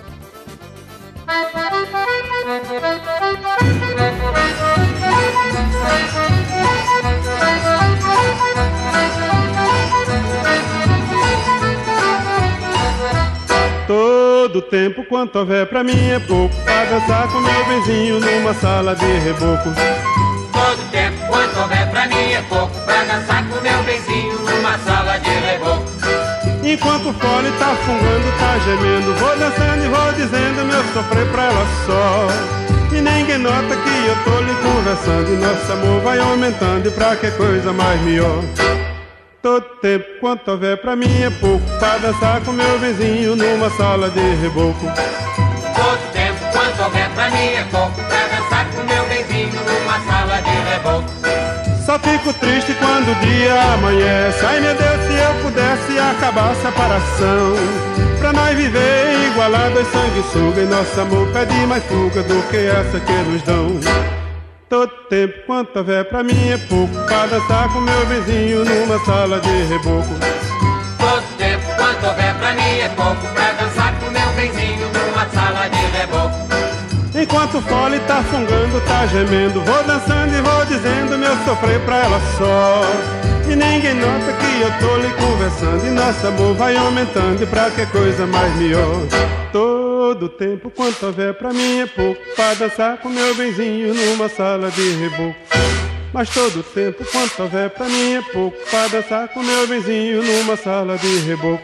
Todo tempo quanto houver pra mim é pouco, pra dançar com meu benzinho numa sala de reboco. Todo tempo quanto houver pra mim é pouco, pra dançar com meu benzinho numa sala de reboco. Enquanto o fole tá fungando, tá gemendo, vou dançando e vou dizendo meu sofrer pra ela só. E ninguém nota que eu tô lhe conversando, e nosso amor vai aumentando, e pra que coisa mais melhor. Todo tempo quanto houver pra mim é pouco, pra dançar com meu benzinho numa sala de reboco. Todo tempo quanto houver pra mim é pouco, pra dançar com meu benzinho numa sala de reboco. Só fico triste quando o dia amanhece. Ai meu Deus, se eu pudesse acabar a separação, pra nós viver igualados, sanguessuga, e nosso amor pede mais fuga do que essa que nos dão. Todo tempo quanto houver pra mim é pouco, pra dançar com meu benzinho numa sala de reboco. Todo tempo quanto houver pra mim é pouco, pra dançar com meu benzinho numa sala de reboco. Enquanto o fole tá fungando, tá gemendo, vou dançando e vou dizendo meu sofrer pra ela só. E ninguém nota que eu tô lhe conversando, e nosso amor vai aumentando, e pra que coisa mais melhor. Todo tempo quanto houver pra mim é pouco, pra dançar com meu benzinho numa sala de reboco. Mas todo tempo quanto houver pra mim é pouco, pra dançar com meu benzinho numa sala de reboco.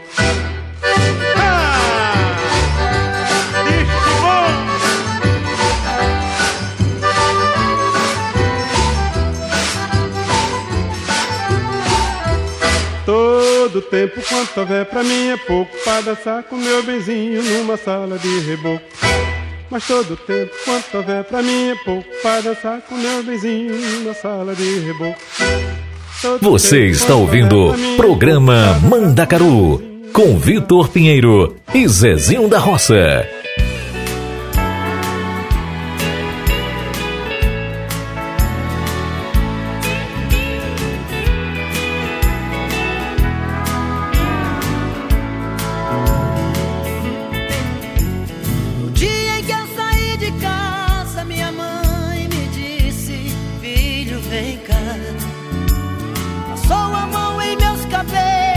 Todo tempo quanto houver pra mim é pouco, pra dançar com meu benzinho numa sala de reboco. Mas todo tempo quanto houver pra mim é pouco, pra dançar com meu benzinho numa sala de reboco. Todo Você está ouvindo o programa Mandacaru, com Vitor Pinheiro e Zezinho da Roça.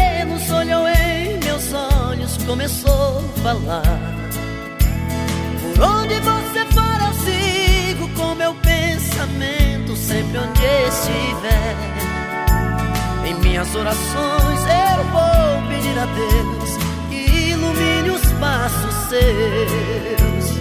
Começou a falar. Por Onde você for eu sigo com meu pensamento, sempre onde estiver. Em minhas orações eu vou pedir a Deus que ilumine os passos seus.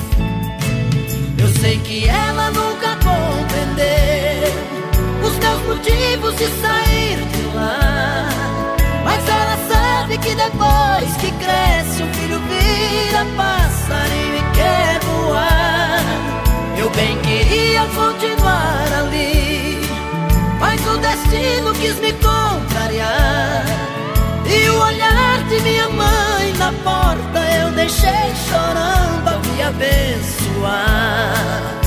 Eu sei que ela nunca compreendeu os meus motivos de sair de lá, mas ela sabe que depois que cresce o filho vira passarinho e quer voar. Eu bem queria continuar ali, mas o destino quis me contrariar. E o olhar de minha mãe na porta eu deixei chorando a me abençoar.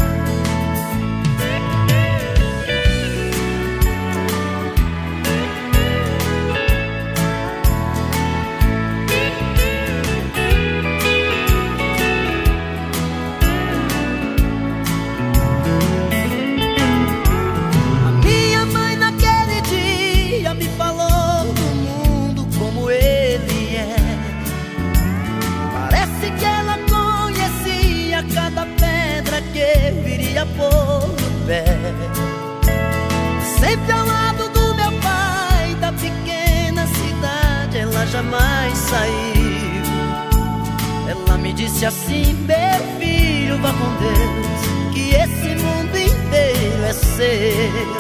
Pôr no pé, sempre ao lado do meu pai, da pequena cidade ela jamais saiu. Ela me disse assim: meu filho, vá com Deus, que esse mundo inteiro é seu.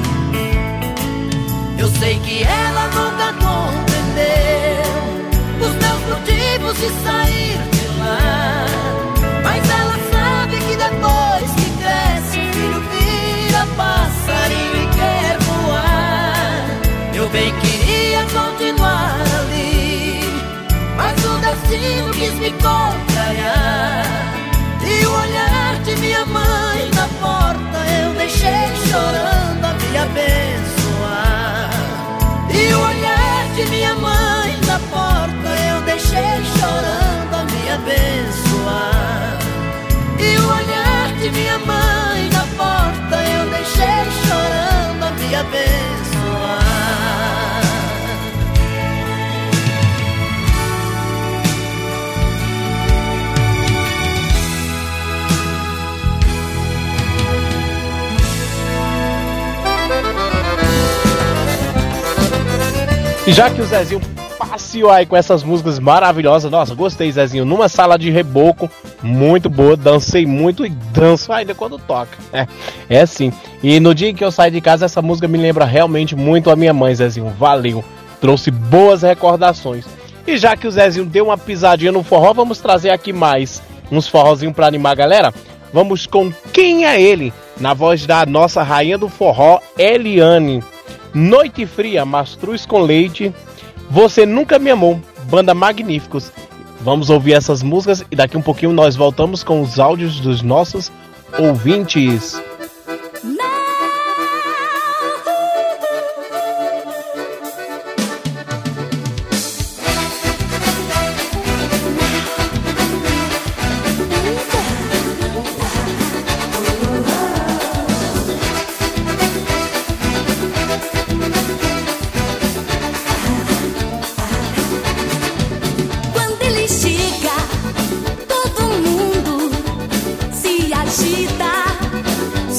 Eu sei que ela nunca compreendeu os meus motivos de sair de lá, mas ela sabe que depois que cresce o filho vira passarinho e quer voar. Eu bem queria continuar ali, mas o destino quis me contrariar. E o olhar de minha mãe na porta eu deixei chorando a me abençoar. E o olhar de minha mãe na porta eu deixei chorando a me abençoar. E o olhar de minha mãe na porta eu deixei chorando a me abençoar. E já que o Zezinho passeou aí com essas músicas maravilhosas, nossa, gostei, Zezinho, numa sala de reboco, muito boa, dancei muito e danço ainda quando toca, é, é assim. E no dia que eu saí de casa, essa música me lembra realmente muito a minha mãe, Zezinho, valeu, trouxe boas recordações. E já que o Zezinho deu uma pisadinha no forró, vamos trazer aqui mais uns forrozinhos pra animar a galera. Vamos com Quem é Ele, na voz da nossa rainha do forró, Eliane. Noite Fria, Mastruz com Leite, Você Nunca Me Amou, banda Magníficos. Vamos ouvir essas músicas e daqui um pouquinho nós voltamos com os áudios dos nossos ouvintes. Todo mundo se agita.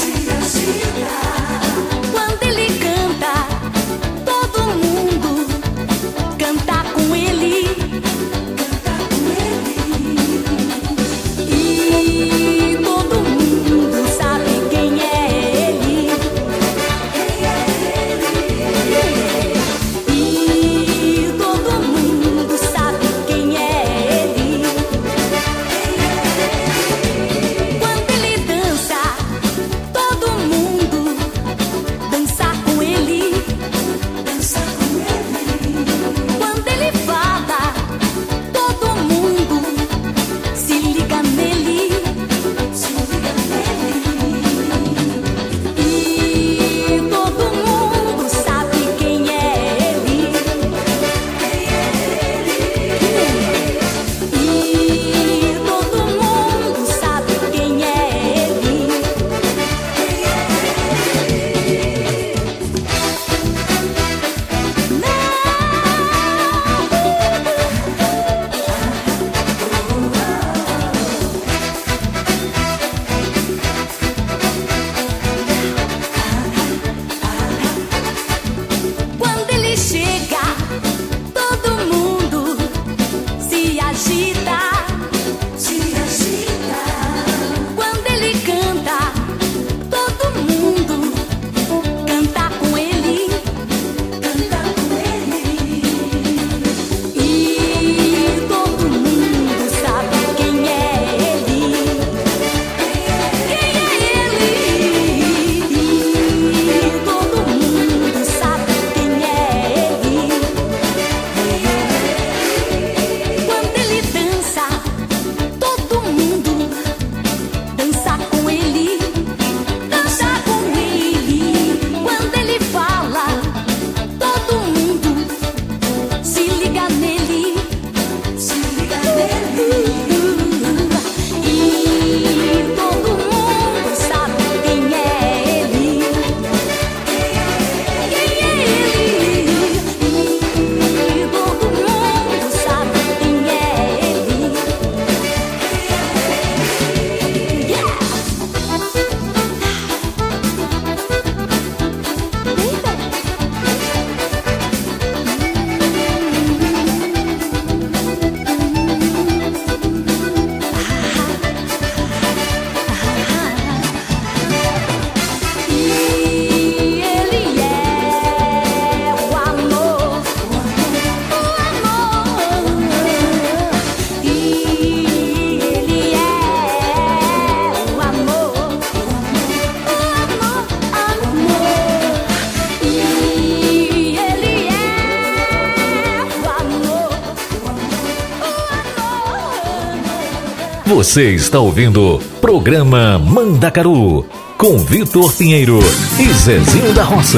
Você está ouvindo Programa Mandacaru com Vitor Pinheiro e Zezinho da Roça.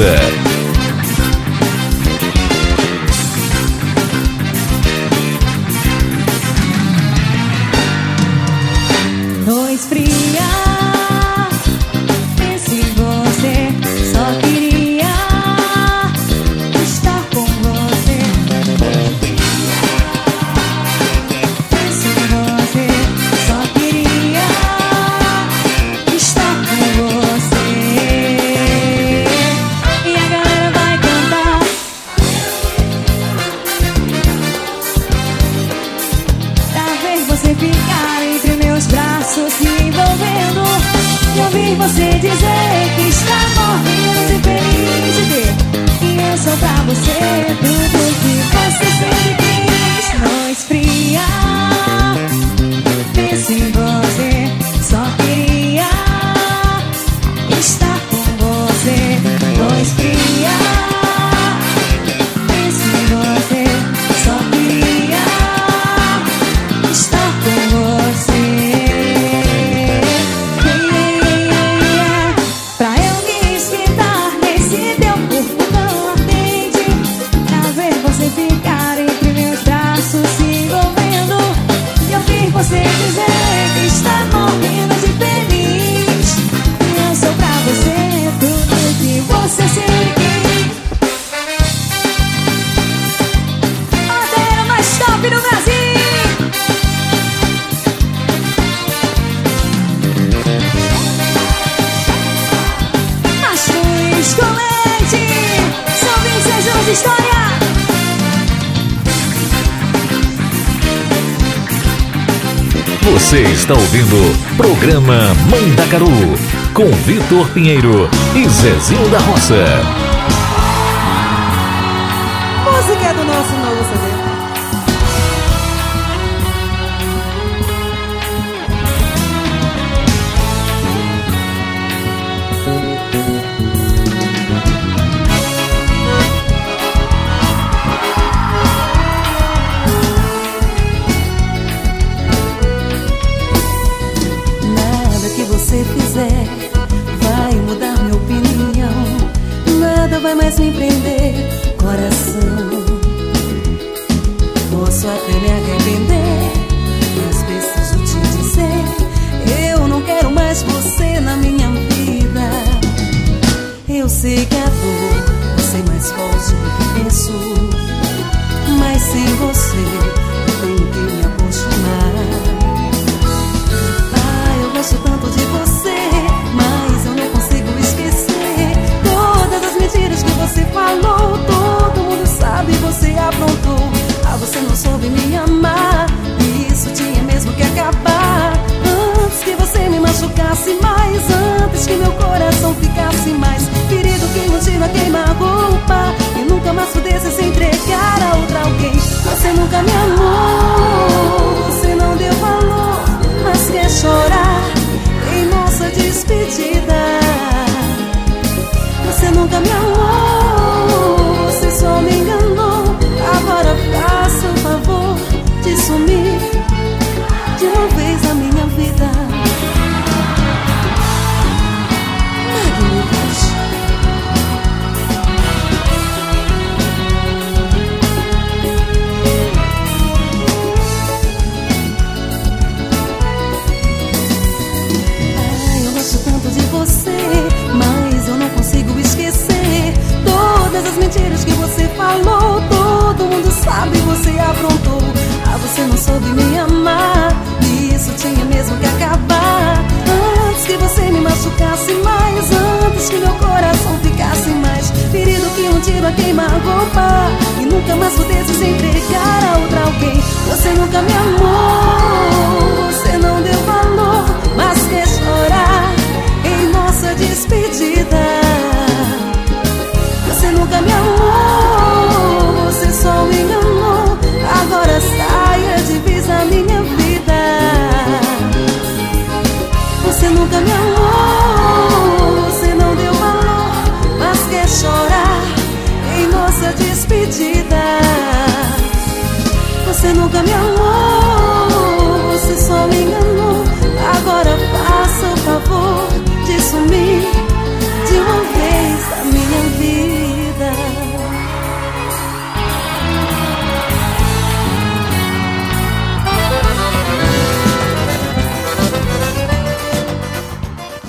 Noite fria, pense em você, só queria estar com você. Pense em você, só queria estar com você. E a galera vai cantar. Pra ver você ficar entre meus braços se envolvendo, e ouvir você dizer que está morrendo de felicidade, e eu sou pra você tudo que você sempre quis. Noite fria, penso em você, só queria estar com você. Noite fria, penso em você, só queria estar com você. Pra eu me esquentar nesse teu corpo tão ardente, pra ver você ficar entre meus braços se envolvendo, e ouvir você dizer que está morrendo de feliz, e eu sou pra você tudo que você sempre quis. A bateria mais top do Brasil. Masculins com leite, São Vicente de História. Você está ouvindo Programa Mandacaru com Vitor Pinheiro e Zezinho da Roça. Música é do nosso novo C D. Nada que você fizer vai mudar minha opinião. Nada vai mais me prender, coração. Posso até me arrepender, mas preciso te dizer, eu não quero mais você na minha vida. Eu sei que a dor vai ser mais forte do que penso, mas sem você eu tenho que me acostumar. Ah, eu gosto tanto de você, mas eu não consigo esquecer todas as mentiras que você falou. Todo mundo sabe, você aprontou. Ah, você não soube me amar, e isso tinha mesmo que acabar. Antes que você me machucasse mais, antes que meu coração ficasse mais ferido, que um tiro a queimar a roupa, e nunca mais pudesse se entregar a outra alguém. Você nunca me amou, você não deu valor, mas quer chorar em nossa despedida. Você nunca me amou, você só me enganou. Agora faça o favor de sumir de uma vez na minha vida. Magníficos. Ai, eu gosto tanto de você, mas eu não consigo esquecer todas as mentiras que você falou. Todo mundo sabe, você aprontou. Ah, você não soube me amar, e isso tinha mesmo que acabar. Antes que você me machucasse mais, antes que meu coração ficasse mais ferido, que um tiro a queimar a roupa, e nunca mais pudesse se entregar a outra alguém. Você nunca me amou, você não deu valor, mas quer chorar em nossa despedida. Você nunca me amou, você só me enganou. Agora saia de vez a minha vida. Você nunca me amou, você não deu valor, mas quer chorar em nossa despedida. Você nunca me amou,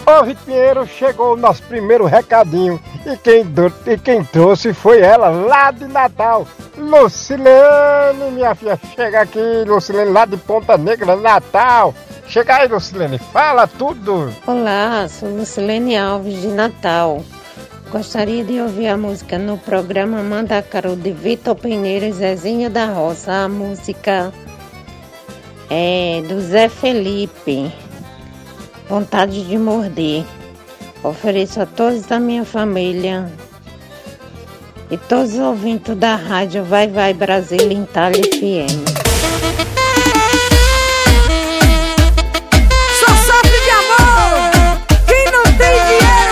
Ô Vitor Pinheiro, chegou o nosso primeiro recadinho e quem, do, e quem trouxe foi ela, lá de Natal, Lucilene, minha filha. Chega aqui, Lucilene, lá de Ponta Negra, Natal. Chega aí, Lucilene, fala tudo. Olá, sou Lucilene Alves de Natal. Gostaria de ouvir a música no programa Mandacaru de Vitor Pinheiro e Zezinho da Roça. A música é do Zé Felipe, Vontade de Morder. Ofereço a todos da minha família e todos os ouvintes da rádio Vai Vai Brasília em Itália F M. Só sofre de amor quem não tem dinheiro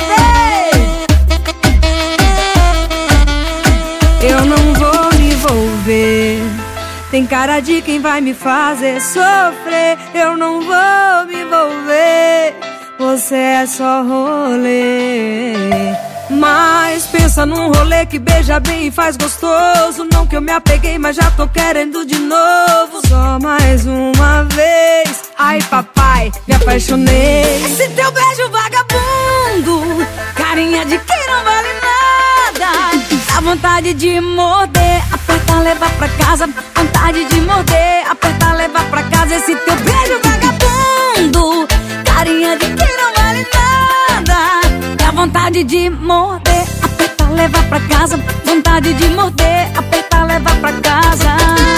pra beber. Eu não vou me envolver, tem cara de quem vai me fazer sofrer. Eu não vou me envolver, você é só rolê. Mas pensa num rolê que beija bem e faz gostoso. Não que eu me apeguei, mas já tô querendo de novo. Só mais uma vez, ai papai, me apaixonei. Esse teu beijo vagabundo, carinha de quem não vale nada. Dá vontade de morder, apertar, levar pra casa. Vontade de morder, apertar, levar pra casa. Esse teu beijo vagabundo, carinha de quem não vale nada. Dá vontade de morder, apertar, levar pra casa. Vontade de morder, apertar, levar pra casa.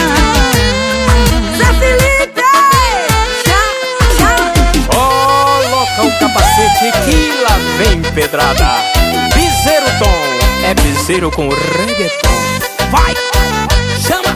Zé Felipe, já, já. Coloca o capacete que lá vem pedrada. Piseiro Tom, é piseiro com reggaeton. Vai, chama.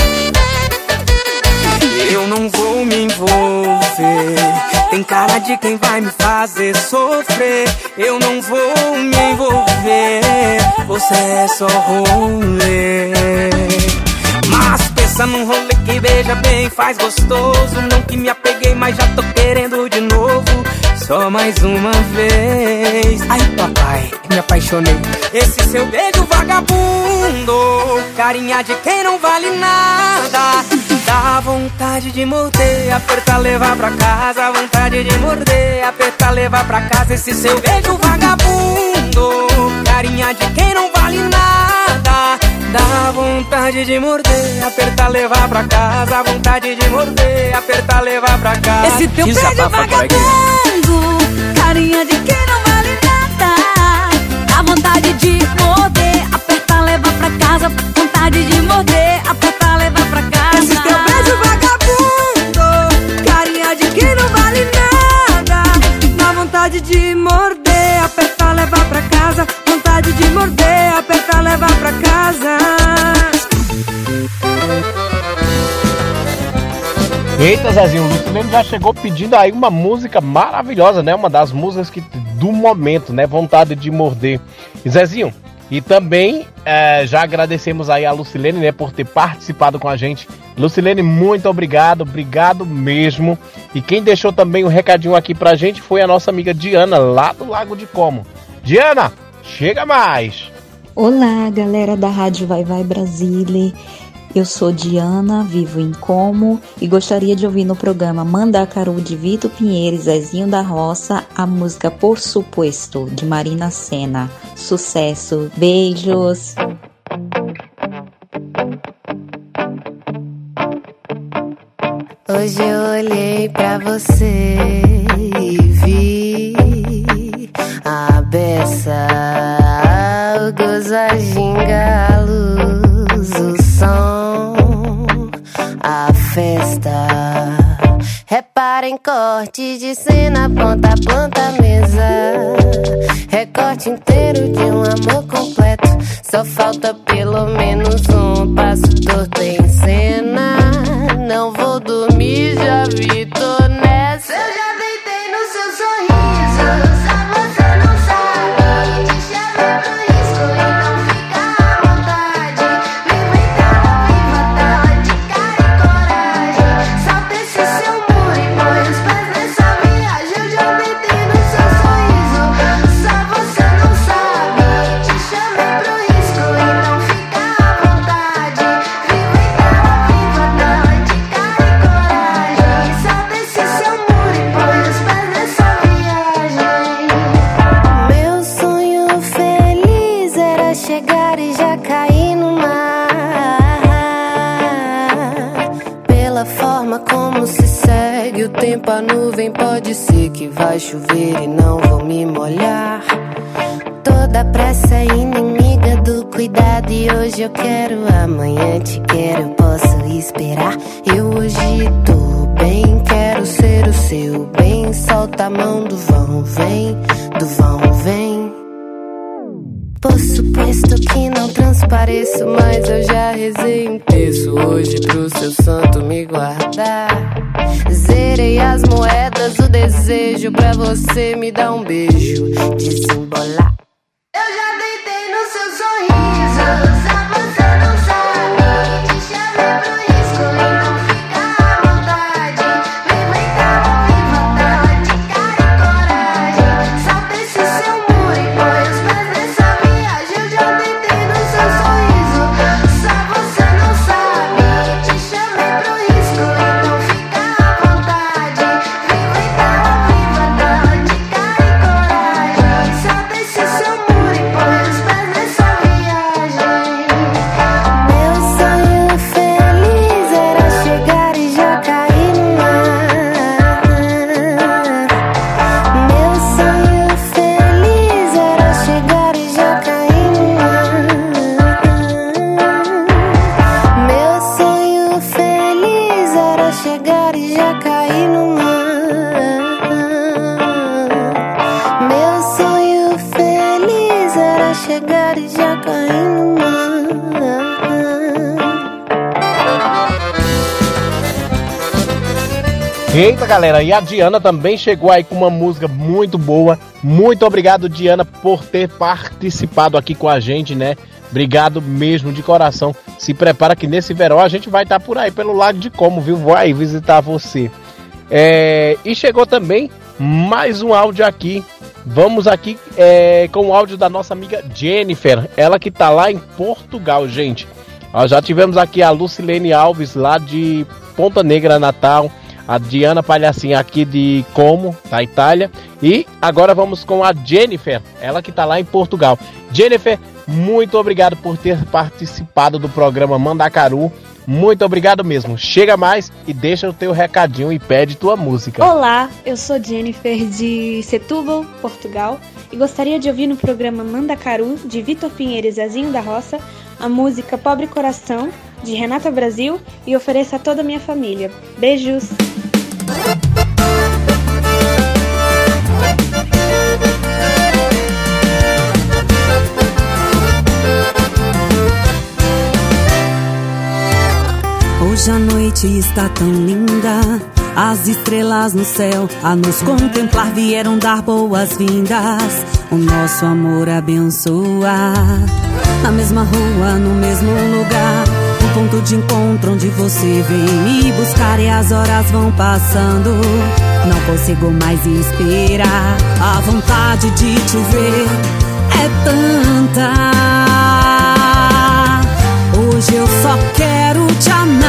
Eu não vou me envolver, tem cara de quem vai me fazer sofrer. Eu não vou me envolver, você é só rolê. Mas pensa num rolê que beija bem, faz gostoso. Não que me apeguei, mas já tô querendo de novo. Só mais uma vez, ai papai, me apaixonei. Esse seu beijo vagabundo, carinha de quem não vale nada. Dá vontade de morder, apertar, levar pra casa. Vontade de morder, apertar, levar pra casa. Esse seu beijo vagabundo, carinha de quem não vale nada. Dá vontade de morder, apertar, levar pra casa. Vontade de morder, apertar, levar pra casa. Esse teu beijo vagabundo, carinha de quem não vale nada. Dá vontade de morder, apertar, levar pra casa. Vontade de morder, apertar, levar pra casa. Esse teu beijo vagabundo, carinha de quem não vale nada. Dá vontade de morder, apertar, levar pra casa. Vontade de morder, apertar, levar pra casa. Eita, Zezinho, o Lucilene já chegou pedindo aí uma música maravilhosa, né? Uma das músicas que, do momento, né? Vontade de morder. E Zezinho, e também é, já agradecemos aí a Lucilene, né? Por ter participado com a gente. Lucilene, muito obrigado, obrigado mesmo. E quem deixou também um recadinho aqui pra gente foi a nossa amiga Diana, lá do Lago de Como. Diana, chega mais! Olá, galera da Rádio Vai Vai Brasília. Eu sou Diana, vivo em Como e gostaria de ouvir no programa Mandacaru de Vitor Pinheiro e Zezinho da Roça a música Por Supuesto, de Marina Sena. Sucesso, beijos! Hoje eu olhei pra você e vi a beça, o gozo, a ginga, a luz, o som, a festa. Reparem, corte de cena, ponta a ponta, mesa. Recorte inteiro de um amor completo. Só falta pelo menos um passo torto em cena. Não vou dormir, já vi, tô nessa. Eu já deitei no seu sorriso, só você não sabe. Te chamei pro risco, então fica à vontade. Me inventava, me matava de cara e coragem. Salta esse seu muro e põe os pés nessa viagem. Eu já deitei no seu sorriso, só você não sabe. Te chamei pro risco, então fica à vontade. Me inventava. se segue o tempo, a nuvem pode ser que vai chover e não vou me molhar. Toda pressa é inimiga do cuidado e hoje eu quero, amanhã te quero, eu posso esperar. Eu hoje tô bem, quero ser o seu bem. Solta a mão do vão, vem, do vão, vem. Por suposto que não transpareço, mas eu já rezei um terço hoje pro seu santo me guardar. Zerei as moedas, o desejo pra você me dar um beijo, desembolar. Eu já deitei no seu sorriso, só você não sabe. Te chamei pro risco, então fica à vontade. Viva então, viva tal, de cara e coragem. Salta esse seu muro e põe os pés nessa viagem. Eu já deitei no seu sorriso, só você não sabe. Te chamei pro risco, então fica à vontade. Viva então, viva tal, de cara e coragem. Salta esse seu muro e põe os pés nessa viagem. Meu sonho feliz era chegar e já cair no mar. Meu sonho feliz era chegar e já cair no mar. Meu sonho feliz era chegar e já cair no mar. Meu sonho feliz era chegar e já cair no mar. Eita, galera, e a Diana também chegou aí com uma música muito boa. Muito obrigado, Diana, por ter participado aqui com a gente, né? Obrigado mesmo, de coração. Se prepara que nesse verão a gente vai estar por aí pelo lado de Como, viu? Vou aí visitar você. É... E chegou também mais um áudio aqui. Vamos aqui é, com o áudio da nossa amiga Jennifer. Ela que tá lá em Portugal, gente. Ó, já tivemos aqui a Lucilene Alves, lá de Ponta Negra, Natal. A Diana Palhacinha aqui de Como, da Itália. E agora vamos com a Jennifer, ela que tá lá em Portugal. Jennifer, muito obrigado por ter participado do programa Mandacaru. Muito obrigado mesmo. Chega mais e deixa o teu recadinho e pede tua música. Olá, eu sou Jennifer de Setúbal, Portugal. E gostaria de ouvir no programa Mandacaru, de Vitor Pinheiro e Zezinho da Roça, a música Pobre Coração, de Renata Brasil, e ofereço a toda a minha família. Beijos! Hoje a noite está tão linda, as estrelas no céu a nos contemplar vieram dar boas-vindas. O nosso amor abençoa. Na mesma rua, no mesmo lugar, um ponto de encontro onde você vem me buscar e as horas vão passando. Não consigo mais esperar, a vontade de te ver é tanta. Hoje eu só quero te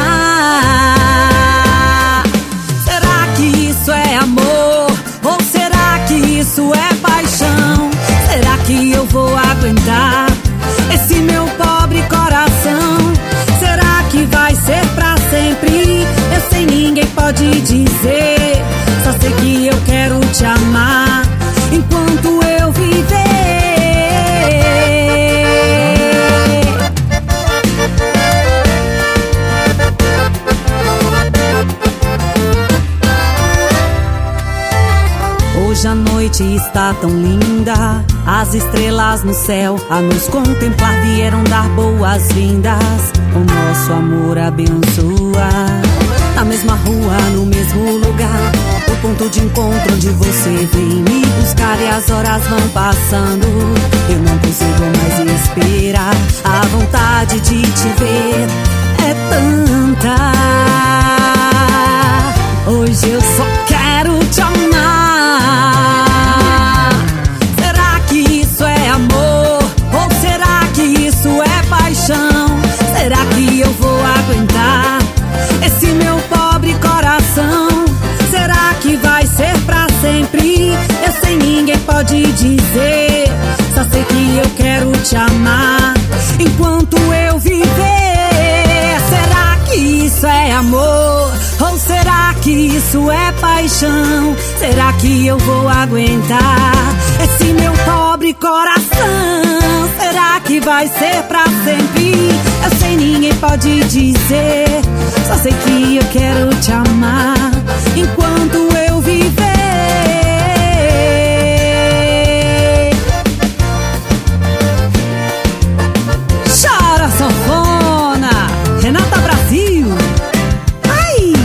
amar. Será que isso é amor? Ou será que isso é paixão? Será que eu vou aguentar esse meu pobre coração? Será que vai ser pra sempre? Eu sei, ninguém pode dizer. Só sei que eu quero te amar enquanto eu viver. Hoje a noite está tão linda, as estrelas no céu a nos contemplar vieram dar boas-vindas. O nosso amor abençoa. Na mesma rua, no mesmo lugar, o ponto de encontro onde você vem me buscar e as horas vão passando. Eu não consigo mais esperar, a vontade de te ver é tanta. Hoje eu só quero te amar. Será que isso é amor? Ou será que isso é paixão? Será que eu vou aguentar esse meu pobre coração? Será que vai ser pra sempre? Eu sei, ninguém pode dizer. Só sei que eu quero te amar enquanto eu viver. Será que isso é amor? Ou será que isso é paixão. Será que eu vou aguentar esse meu pobre coração? Será que vai ser pra sempre? Eu sei, ninguém pode dizer. Só sei que eu quero te amar enquanto eu viver. Chora, sanfona, Renata Brasil. Ai!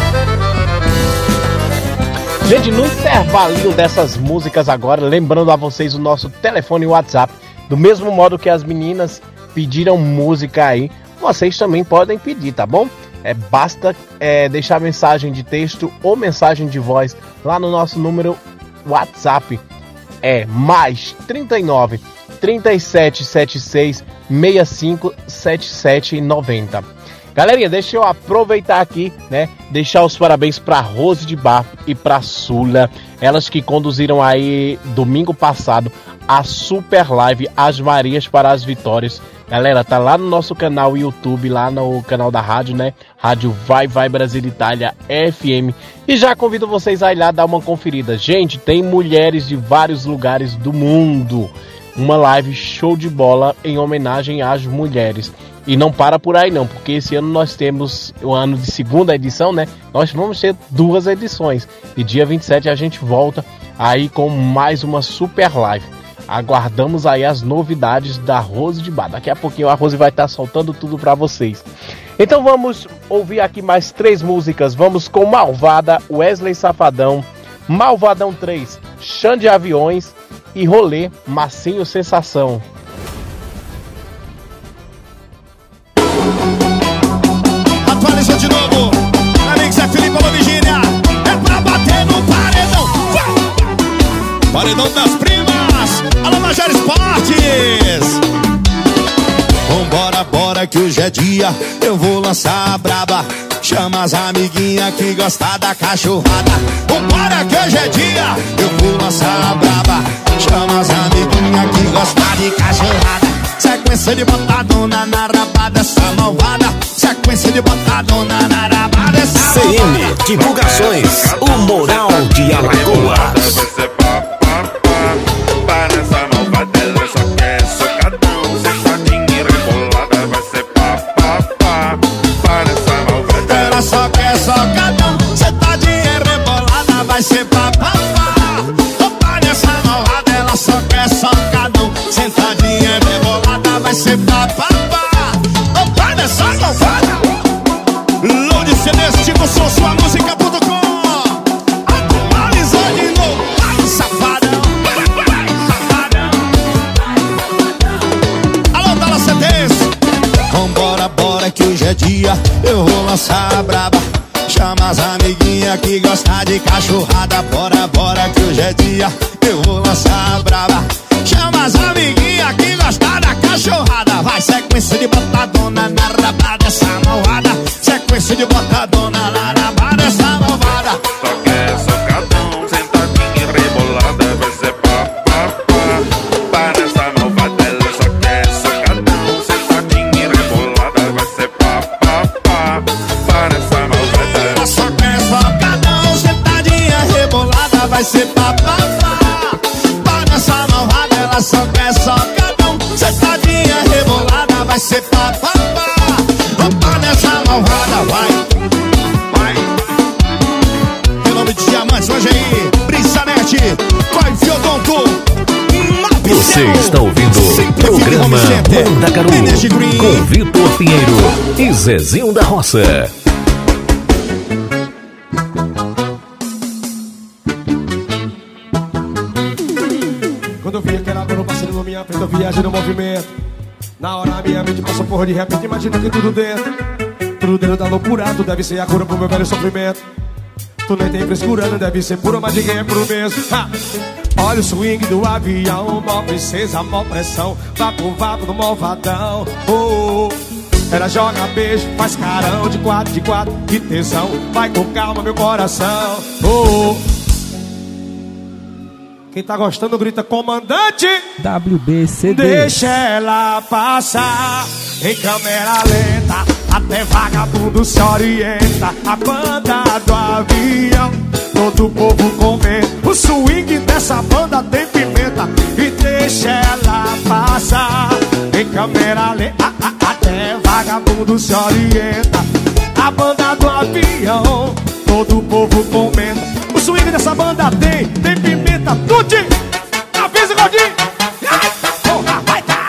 Gente, no intervalinho dessas músicas agora, lembrando a vocês o nosso telefone e WhatsApp. Do mesmo modo que as meninas pediram música aí, vocês também podem pedir, tá bom? É, basta é, deixar mensagem de texto ou mensagem de voz lá no nosso número WhatsApp. É mais trinta e nove, trinta e sete, setenta e seis, sessenta e cinco, setenta e sete, noventa. Galerinha, deixa eu aproveitar aqui, né? Deixar os parabéns para Rose de Bar e para Sula. Elas que conduziram aí domingo passado a super live As Marias para as Vitórias. Galera, tá lá no nosso canal YouTube, lá no canal da rádio, né? Rádio Vai Vai Brasil Itália F M. E já convido vocês a ir lá dar uma conferida. Gente, tem mulheres de vários lugares do mundo. Uma live show de bola em homenagem às mulheres. E não para por aí não, porque esse ano nós temos o ano de segunda edição, né? Nós vamos ter duas edições. E dia vinte e sete a gente volta aí com mais uma super live. Aguardamos aí as novidades da Rose de Bar. Daqui a pouquinho a Rose vai estar soltando tudo para vocês. Então vamos ouvir aqui mais três músicas. Vamos com Malvada, Wesley Safadão, Malvadão três, Xande de Aviões e Rolê, Massinho Sensação. Atualizou de novo, amigo Zé Felipe, alô Virgínia. É pra bater no paredão. Vai! Paredão das primas, alô Major Esportes. Vambora, bora que hoje é dia, eu vou lançar a braba. Chama as amiguinhas que gostam da cachorrada. Vambora que hoje é dia, eu vou lançar a braba. Chama as amiguinhas que gostam de cachorrada. Sequência de botadona na rabada, essa malvada. Sequência de botadona na rabada, essa C M Divulgações, o Moral de Alagoas. Para essa malvada, ela só quer socadão. Sentadinha e rebolada, vai ser pá, pá, pá. Para essa malvada, ela só quer socadão. Sentadinha e rebolada, vai ser pá, pá, pá. Para essa malvada, ela só quer socadão. Sentadinha e rebolada, vai ser pá, pá, pá. Para essa malvada. Load C Ds, tipo som, sua música ponto com. Atualizou de novo, vai safadão. Vambora, bora que hoje é dia, eu vou lançar a braba. Chama as amiguinhas que gostam de cachorrada. Bora, bora que hoje é dia, eu vou lançar a braba. Chama as amiguinhas que gostam da cachorrada. Vai, sequência de botadona na rabada, essa malvada. Sequência de botadona na rabada, essa malvada. só quer socadão. Sentadinha e rebolada, vai ser pá, pá, pá. Para essa malvada, ela só quer socadão. Sentadinha e rebolada, vai ser pá, pá, pá. Para essa malvada, ela só quer socadão. Sentadinha e rebolada, vai ser pá, pá, pá. Para essa malvada, ela só quer socadão. Sentadinha e rebolada, vai ser pá, pá, pá. Para essa malvada, vai, vai. Em nome de Diamantes, hoje aí, Brissanete, Coi Fiodonto. Você está ouvindo o programa Mandacaru com Vitor Pinheiro e Zezinho da Roça. Quando eu vi aquela cor passando na minha frente, eu viajei no movimento. Na hora minha mente passou porra de repente, imagina que tudo dentro. Tudo dentro da loucura, tu deve ser a cura pro meu velho sofrimento. Tu nem tem frescura, não deve ser puro, mas ninguém é puro mesmo. Ha! Olha o swing do avião, mó princesa, mó pressão. Vapo, vapo do malvadão. Oh, oh. Ela joga beijo, faz carão de quatro, de quatro, que tesão. Vai com calma meu coração. Oh, oh. Quem tá gostando grita comandante. W B C D. Deixa ela passar em câmera lenta, até vagabundo se orienta. A banda do avião, todo o povo comenta. O swing dessa banda tem pimenta. E deixa ela passar em câmera lenta, até vagabundo se orienta. A banda do avião, todo o povo comenta. O swing dessa banda tem, tem pimenta. Tudo, avisa, Gordinho. Ai, porra, vai tá.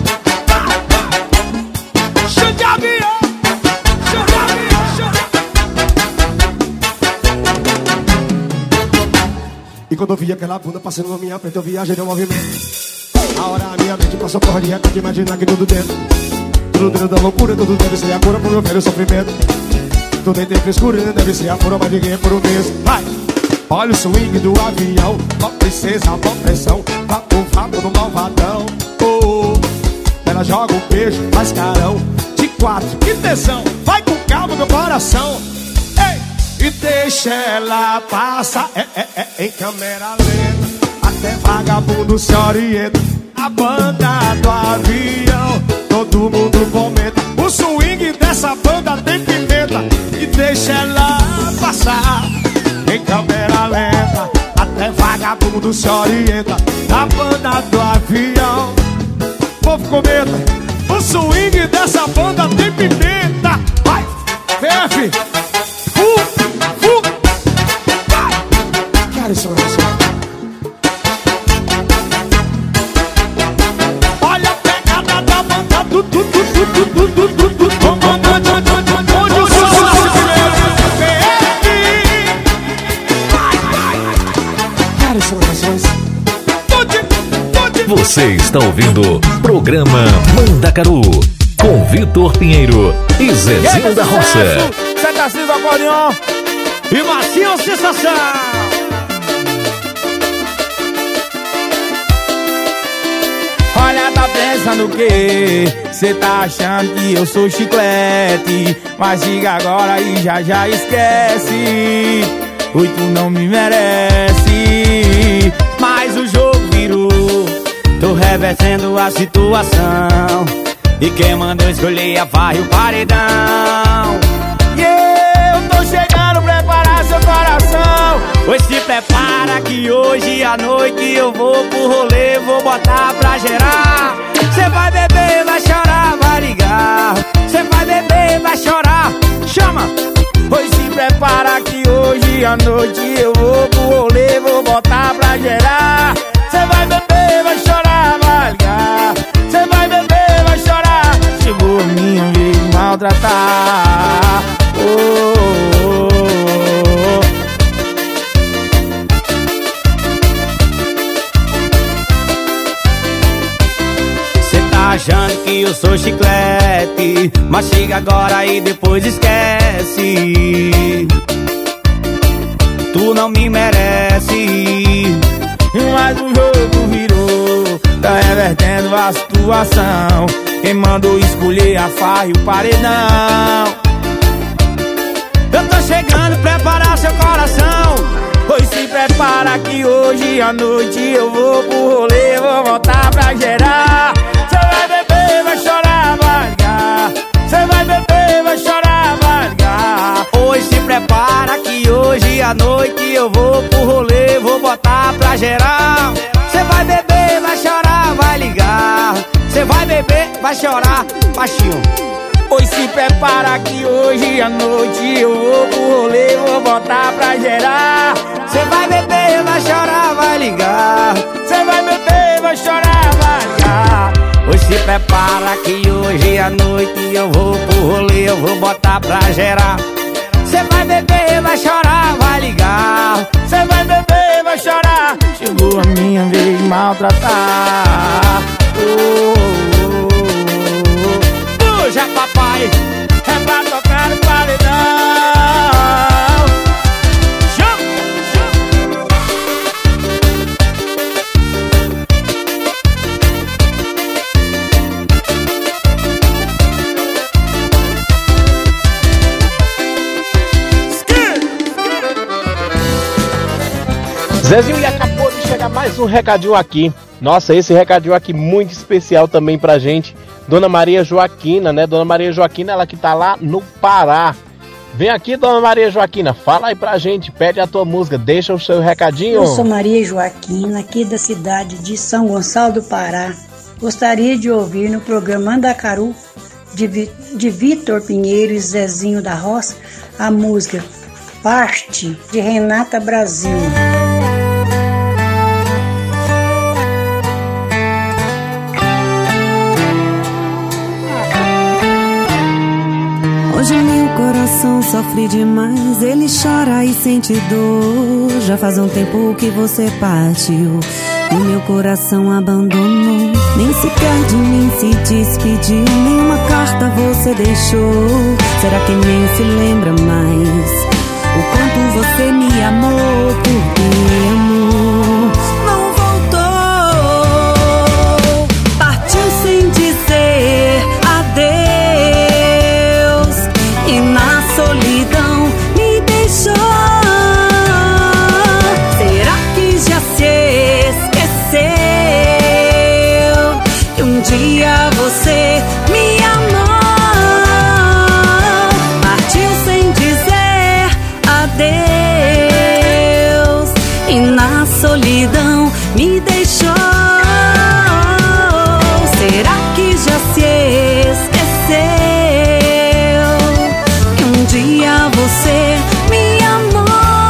Chão de avião, chão de avião, chão de... E quando eu vi aquela bunda passando na minha frente, eu viajei no movimento. A hora a minha mente passou por de repente, imaginar que tudo dentro, tudo dentro da loucura, tudo deve ser a cura pro meu velho sofrimento. Tudo nem tem frescura, nem deve ser a cura, mas ninguém é por um mês. Vai! Olha o swing do avião, ó princesa, ó pressão, vapo, vapo no malvadão. Oh, oh. Ela joga um beijo, faz carão, de quatro, que tesão. Vai com calma, meu coração. Ei! E deixa ela passar, é, é, é, em câmera lenta, até vagabundo se orienta. A banda do avião, todo mundo comenta. O swing dessa banda tem pimenta. E deixa ela passar em câmera lenta, até vagabundo se orienta. A banda do avião, povo comenta. O swing dessa banda tem pimenta. Vai, P F, Fu, Fu, vai. Quero isso, Brasil. Olha a pegada da banda do do do do do do do do do. Onde o som Você está ouvindo programa Mandacaru com Vitor Pinheiro e Zezinho da Roça. Seta Silva, acordeon e Marcinho Sensação. Olha, tá pensando o quê? Cê tá achando que eu sou chiclete, mas diga agora e já já esquece. Oi, tu não me merece. Mas o jogo virou, tô revertendo a situação. E quem mandou escolher a farra e o paredão. E eu tô chegando, preparar seu coração. Pois se prepara que hoje à noite eu vou pro rolê, vou botar pra gerar. Cê vai beber, vai chorar, vai ligar. Cê vai beber, vai chorar, chama. Pois se prepara que hoje à noite eu vou pro rolê, vou botar pra gerar. Cê vai beber, vai chorar, vai ligar. Cê vai beber, vai chorar. Chegou a minha vez de maltratar. Oh, oh, oh. Cê tá achando que eu sou chiclete, mas chega agora e depois esquece. Tu não me merece. Mas o jogo virou, tá revertendo a situação. Quem mandou escolher a farra e o paredão. Eu tô chegando, preparar seu coração. Pois se prepara que hoje à noite eu vou pro rolê, vou voltar pra gerar. Cê vai beber, vai chorar, vai ligar. Cê vai beber, vai chorar, vai ligar. Pois se prepara que hoje à noite eu vou pro rolê, vou botar pra gerar. Cê vai beber, vai chorar, vai ligar. Cê vai beber, vai chorar, baixinho. Pois se prepara que hoje à noite eu vou pro rolê, vou botar pra gerar. Cê vai beber, vai chorar, vai ligar. Cê vai beber, vai chorar, vai ligar. Pois se prepara que hoje à noite eu vou pro rolê, eu vou botar pra gerar. Cê vai beber, vai chorar, vai ligar. Cê vai beber, vai chorar. Chegou a minha vez de maltratar. Oh, oh, oh. Puxa, papai, é pra tocar no paredão. Chama, Zezinho e acabou de chegar mais um recadinho aqui. Nossa, esse recadinho aqui muito especial também pra gente. Dona Maria Joaquina, né? Dona Maria Joaquina, ela que tá lá no Pará. Vem aqui, Dona Maria Joaquina, fala aí pra gente, pede a tua música, deixa o seu recadinho. Eu sou Maria Joaquina, aqui da cidade de São Gonçalo do Pará. Gostaria de ouvir no programa Mandacaru, de, Vi- de Vitor Pinheiro e Zezinho da Roça, a música Parte, de Renata Brasil. Hoje meu coração sofre demais, ele chora e sente dor. Já faz um tempo que você partiu e meu coração abandonou. Nem sequer de mim se despediu, nenhuma carta você deixou. Será que nem se lembra mais o quanto você me amou? Porque amor não voltou, partiu sem dizer adeus. E na solidão me deixou. Será que já se esqueceu que um dia você me amou? Partiu sem dizer adeus e na solidão me deixou. Será que já se esqueceu que um dia você me amou?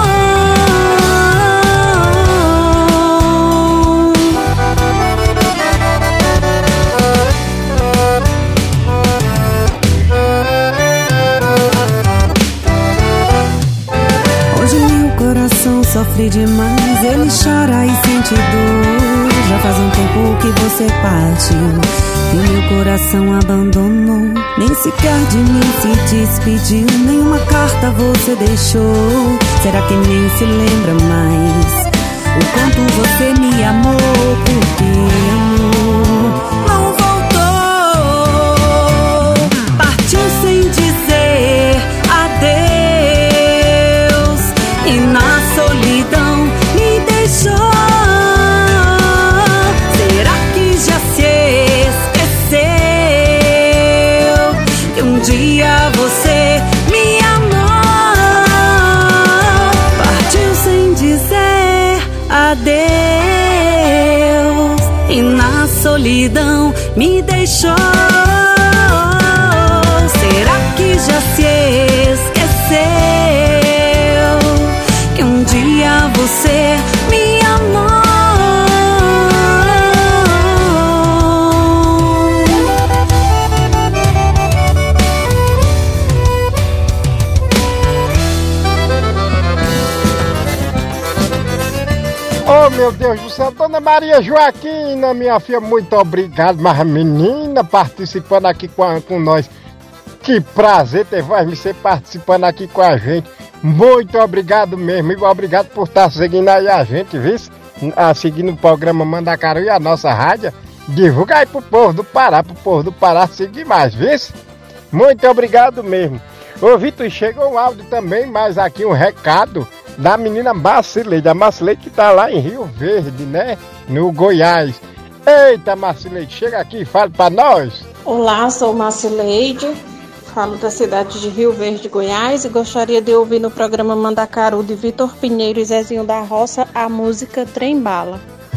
Hoje meu coração sofre demais, ele chora e sente dor. Já faz um tempo que você partiu e meu coração abandonou. Nem sequer de mim se despediu, nenhuma carta você deixou. Será que nem se lembra mais o quanto você me amou? Porque amor não voltou, partiu sem dizer adeus e na solidão me deixou. Será que já se esqueceu que um dia você me amou? Partiu sem dizer adeus e na solidão me deixou. Será que já se esqueceu que um dia você me amou? Oh, meu Deus do céu, Dona Maria Joaquina, minha filha, muito obrigado. Mas a menina participando aqui com, a, com nós. Que prazer ter você participando aqui com a gente. Muito obrigado mesmo. E obrigado por estar seguindo aí a gente, viu? A, seguindo o programa Mandacaru e a nossa rádio. Divulga aí pro povo do Pará, pro povo do Pará seguir mais, viu? Muito obrigado mesmo. Ô, Vitor, chegou um áudio também, mas aqui um recado da menina Marcileide, a Marcileide que tá lá em Rio Verde, né? No Goiás. Eita, Marcileide, chega aqui e fala pra nós. Olá, sou Marcileide, falo da cidade de Rio Verde, Goiás, e gostaria de ouvir no programa Mandacaru de Vitor Pinheiro e Zezinho da Roça a música Trem Bala.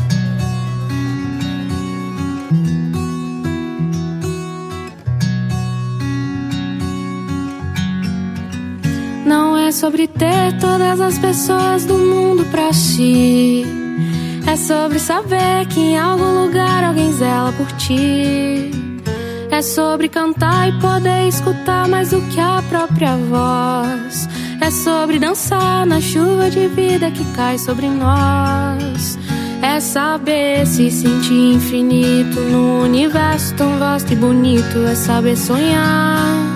Não é sobre ter todas as pessoas do mundo pra ti. É sobre saber que em algum lugar alguém zela por ti. É sobre cantar e poder escutar mais do que a própria voz. É sobre dançar na chuva de vida que cai sobre nós. É saber se sentir infinito no universo tão vasto e bonito. É saber sonhar.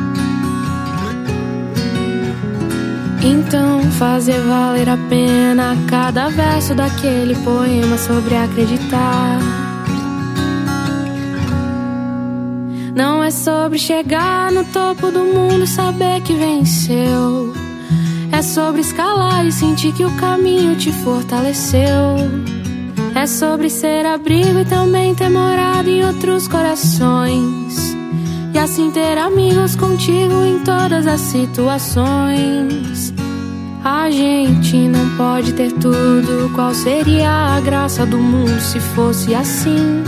Então fazer valer a pena cada verso daquele poema sobre acreditar. Não é sobre chegar no topo do mundo e saber que venceu. É sobre escalar e sentir que o caminho te fortaleceu. É sobre ser abrigo e também ter morado em outros corações. E assim ter amigos contigo em todas as situações. A gente não pode ter tudo. Qual seria a graça do mundo se fosse assim?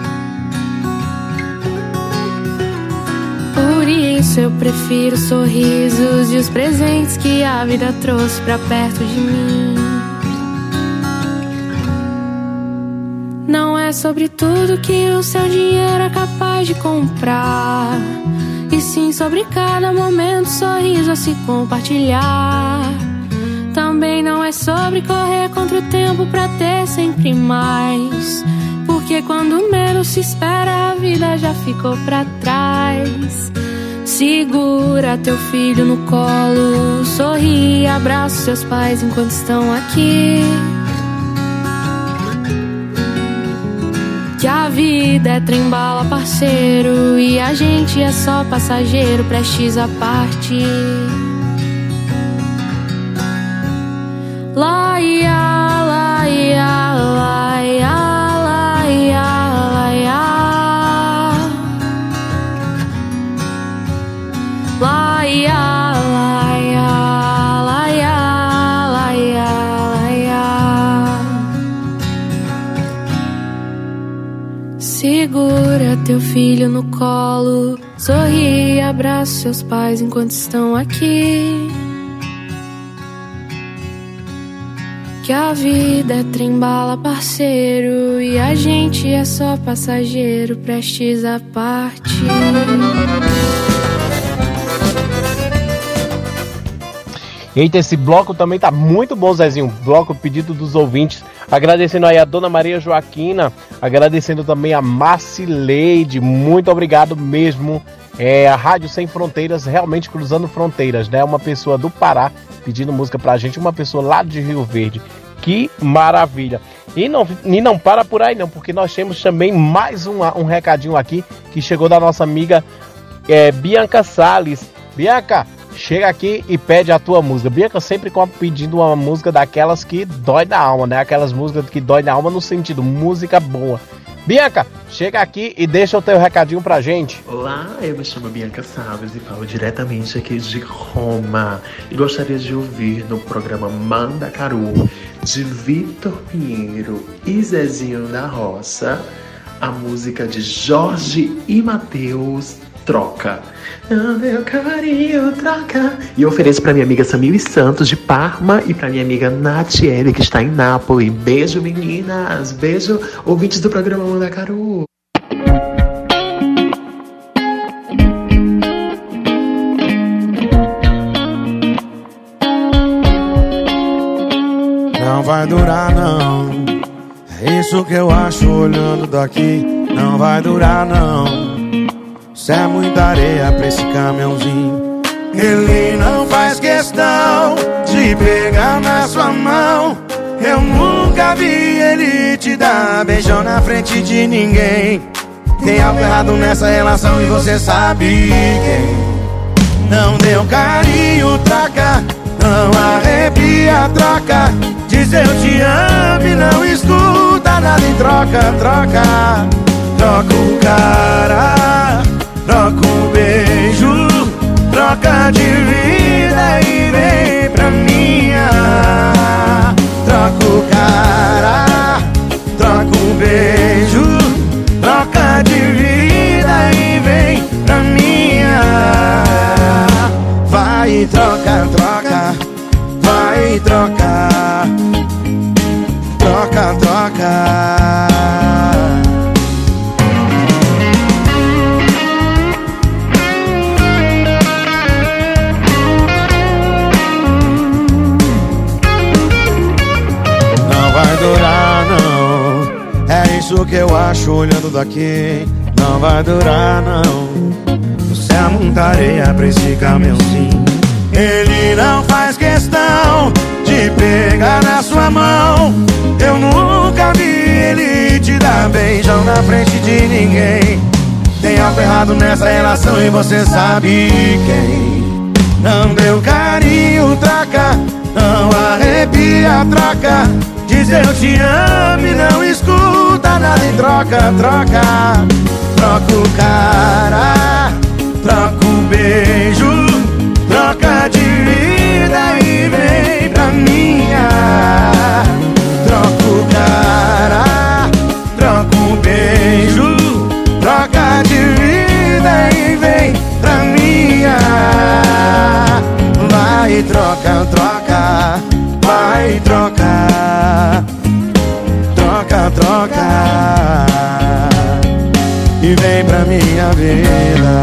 Por isso eu prefiro os sorrisos e os presentes que a vida trouxe pra perto de mim. Não é sobre tudo que o seu dinheiro é capaz de comprar, e sim sobre cada momento, sorriso a se compartilhar. Também não é sobre correr contra o tempo pra ter sempre mais, porque quando menos se espera a vida já ficou pra trás. Segura teu filho no colo, sorri, abraça seus pais enquanto estão aqui. Que a vida é trem-bala, parceiro, e a gente é só passageiro, prestes a partir. Laia, laia, laia, laia, laia. Laia, laia, laia, laia, laia. Segura teu filho no colo, sorri e abraça seus pais enquanto estão aqui. Que a vida é trem-bala, parceiro, e a gente é só passageiro, prestes a partir. Eita, esse bloco também tá muito bom, Zezinho. Bloco pedido dos ouvintes. Agradecendo aí a Dona Maria Joaquina, agradecendo também a Marcileide. Muito obrigado mesmo. É, a Rádio Sem Fronteiras, realmente cruzando fronteiras, né? Uma pessoa do Pará pedindo música pra gente, uma pessoa lá de Rio Verde. Que maravilha. E não, e não para por aí não, porque nós temos também mais um, um recadinho aqui que chegou da nossa amiga é, Bianca Salles. Bianca, chega aqui e pede a tua música. Bianca sempre pedindo uma música daquelas que dói na alma, né? Aquelas músicas que dói na alma no sentido música boa. Bianca, chega aqui e deixa o teu recadinho pra gente. Olá, eu me chamo Bianca Salles e falo diretamente aqui de Roma. E gostaria de ouvir no programa Mandacaru, de Vitor Pinheiro e Zezinho da Roça, a música de Jorge e Mateus, Troca. Meu carinho, troca. E eu ofereço pra minha amiga Samile Santos, de Parma, e pra minha amiga Natiele, que está em Nápoles. Beijo, meninas. Beijo, ouvintes do programa Mandacaru. Não vai durar não, é isso que eu acho olhando daqui. Não vai durar não, isso é muita areia pra esse caminhãozinho. Ele não faz questão de pegar na sua mão. Eu nunca vi ele te dar beijão na frente de ninguém. Tem algo errado nessa relação e você sabe quem. Não deu carinho, troca. Não arrepia, troca. Diz eu te amo e não escuta nada em troca, troca. Troca o cara, troca o beijo, troca de vida e vem pra minha. Troca o cara, troca o beijo, troca de vida e vem pra minha. Vai e troca, troca, vai e troca, troca, troca. Vai durar não, é isso que eu acho olhando daqui. Não vai durar não, você é muita areia pra esse caminhãozinho. Ele não faz questão de pegar na sua mão. Eu nunca vi ele te dar beijão na frente de ninguém. Tem algo errado nessa relação e você sabe quem. Não deu carinho, troca. Não arrepia, troca. dizer eu te amo e não escuta nada em troca, troca. Troca o cara, troca o beijo, troca de vida e vem pra minha. Troca o cara, troca o beijo, troca de vida e vem pra minha. Vai, troca, troca, vai, troca, troca, troca e vem pra minha vida.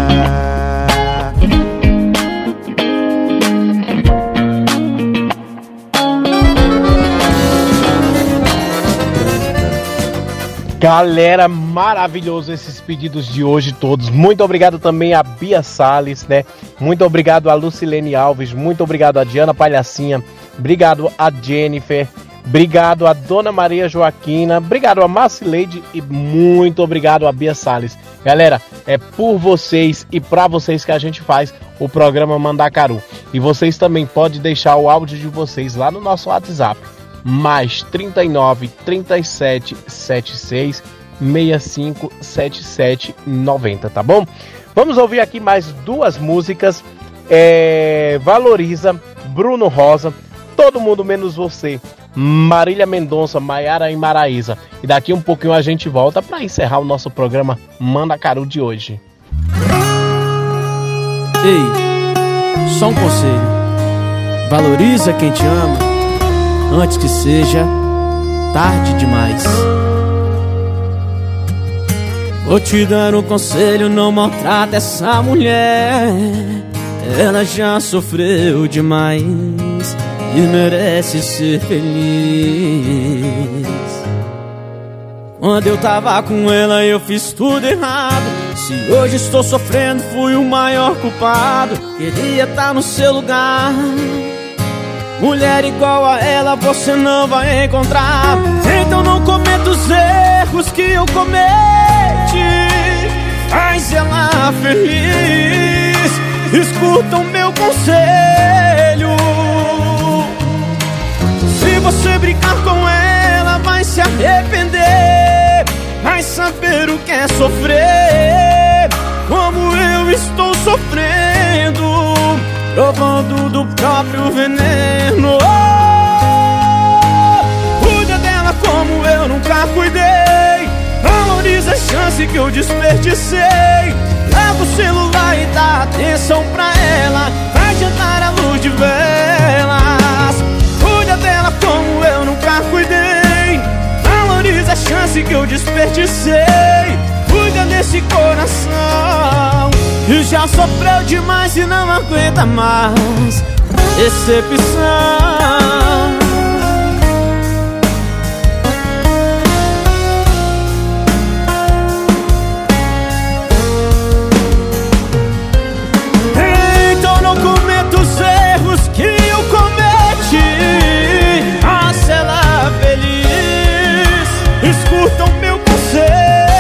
Galera, maravilhoso esses pedidos de hoje todos. Muito obrigado também a Bia Salles, né? Muito obrigado a Lucilene Alves, muito obrigado a Diana Palhacinha, obrigado a Jennifer, obrigado a Dona Maria Joaquina, obrigado a Marcileide e muito obrigado a Bia Salles. Galera, é por vocês e pra vocês que a gente faz o programa Mandacaru. E vocês também podem deixar o áudio de vocês lá no nosso WhatsApp. Mais trinta e nove, trinta e sete, setenta e seis, sessenta e cinco, setenta e sete, noventa, tá bom? Vamos ouvir aqui mais duas músicas. É... Valoriza, Bruno Rosa, Todo Mundo Menos Você, Marília Mendonça, Maiara e Maraísa. E daqui um pouquinho a gente volta para encerrar o nosso programa Mandacaru de hoje. Ei, só um conselho. Valoriza quem te ama antes que seja tarde demais. Vou te dar um conselho, não maltrata essa mulher. Ela já sofreu demais e merece ser feliz. Quando eu tava com ela eu fiz tudo errado. Se hoje estou sofrendo fui o maior culpado. Queria estar no seu lugar. Mulher igual a ela você não vai encontrar. Então não cometa os erros que eu cometi. Faz ela feliz. Escuta o meu conselho. Se você brincar com ela vai se arrepender. Vai saber o que é sofrer como eu estou sofrendo, provando do próprio veneno. Oh, cuida dela como eu nunca cuidei. Valoriza a chance que eu desperdicei. Leva o celular e dá atenção pra ela. Vai adiantar a luz de velas. Cuida dela como eu nunca cuidei. Valoriza a chance que eu desperdicei. Cuida desse coração que já sofreu demais e não aguenta mais decepção. Então não cometa os erros que eu cometi. Faça ela feliz. Escuta o meu conselho.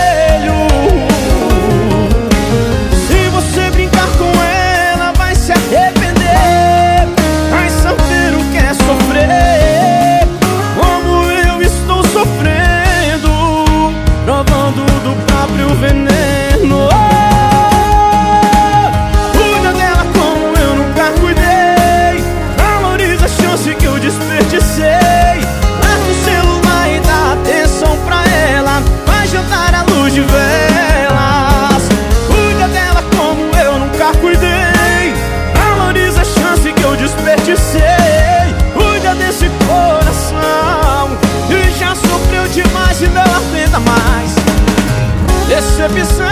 Veneno. Oh, cuida dela como eu nunca cuidei. Valoriza a chance que eu desperdicei. Leva o celular e dá atenção pra ela. Vai jantar à luz de velas. Cuida dela como eu nunca cuidei. Valoriza a chance que eu desperdicei. Cuida desse coração que já sofreu demais e não aguenta mais decepção.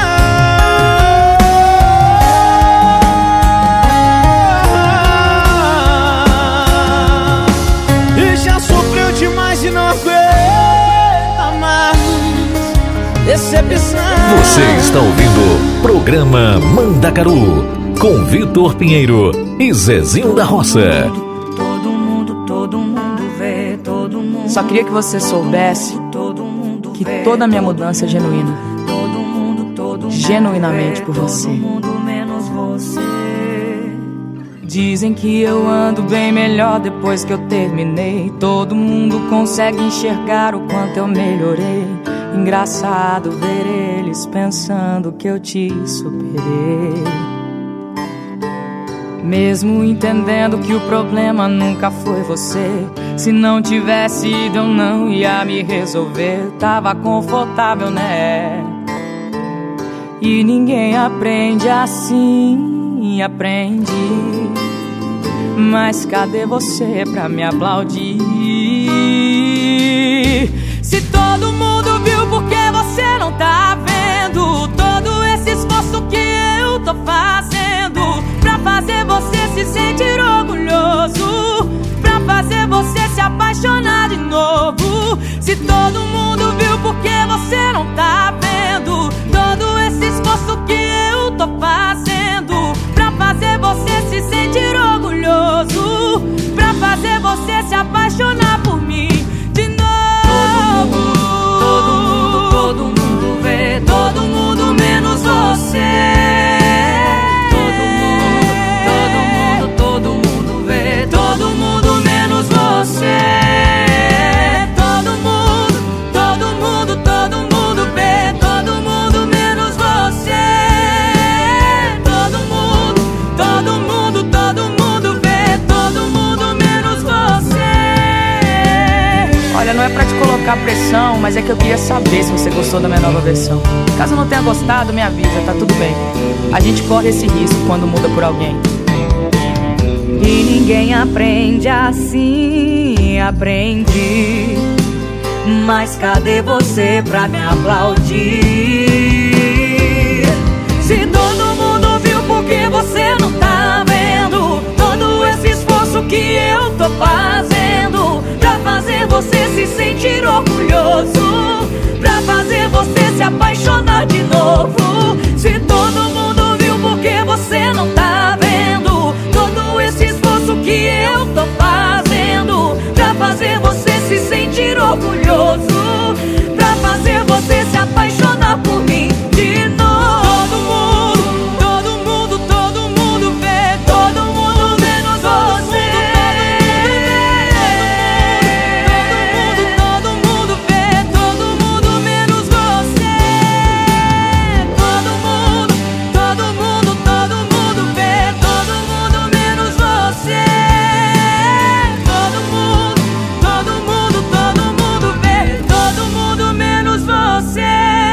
E já sofreu demais e não aguenta mais decepção. Você está ouvindo o programa Mandacaru com Vitor Pinheiro e Zezinho da Roça. Todo mundo, todo mundo vê, todo mundo. Só queria que você soubesse que toda a minha mudança é genuína. Genuinamente por você. Dizem que eu ando bem melhor depois que eu terminei. Todo mundo consegue enxergar o quanto eu melhorei. Engraçado ver eles pensando que eu te superei. Mesmo entendendo que o problema nunca foi você. Se não tivesse ido eu não ia me resolver. Tava confortável, né? E ninguém aprende assim, aprendi. Mas cadê você pra me aplaudir? Se todo mundo viu, por que você não tá vendo? Todo esse esforço que eu tô fazendo pra fazer você se sentir orgulhoso, pra fazer você se apaixonar de novo. Se todo mundo viu, por que você não tá vendo? Todo esse esforço que eu tô fazendo pra fazer você se sentir orgulhoso, pra fazer você se apaixonar por mim de novo. Todo mundo, todo mundo vê, todo mundo menos você. Todo mundo, todo mundo, todo mundo vê, todo mundo menos você. Todo mundo, todo mundo, todo mundo vê, todo mundo menos você. Todo mundo, todo mundo, todo mundo vê, todo mundo menos você. Olha, não é pra te colocar pressão, mas é que eu queria saber se você gostou da minha nova versão. Caso não tenha gostado, me avisa, tá tudo bem. A gente corre esse risco quando muda por alguém. E ninguém aprende assim, aprendi. Mas cadê você pra me aplaudir? Se todo mundo viu, por que você não tá vendo? Todo esse esforço que eu tô fazendo pra fazer você se sentir orgulhoso, pra fazer você se apaixonar de novo. Se todo mundo viu, por que você não tá vendo? Todo esse esforço que eu tô fazendo pra fazer você se sentir orgulhoso, pra fazer você se apaixonar por mim de novo. Todo mundo, todo mundo, todo mundo vê, todo mundo menos você. Todo mundo vê, todo mundo menos você. Todo mundo, todo mundo, todo mundo vê, todo mundo menos você. Todo mundo, todo mundo, todo mundo vê, todo mundo menos você.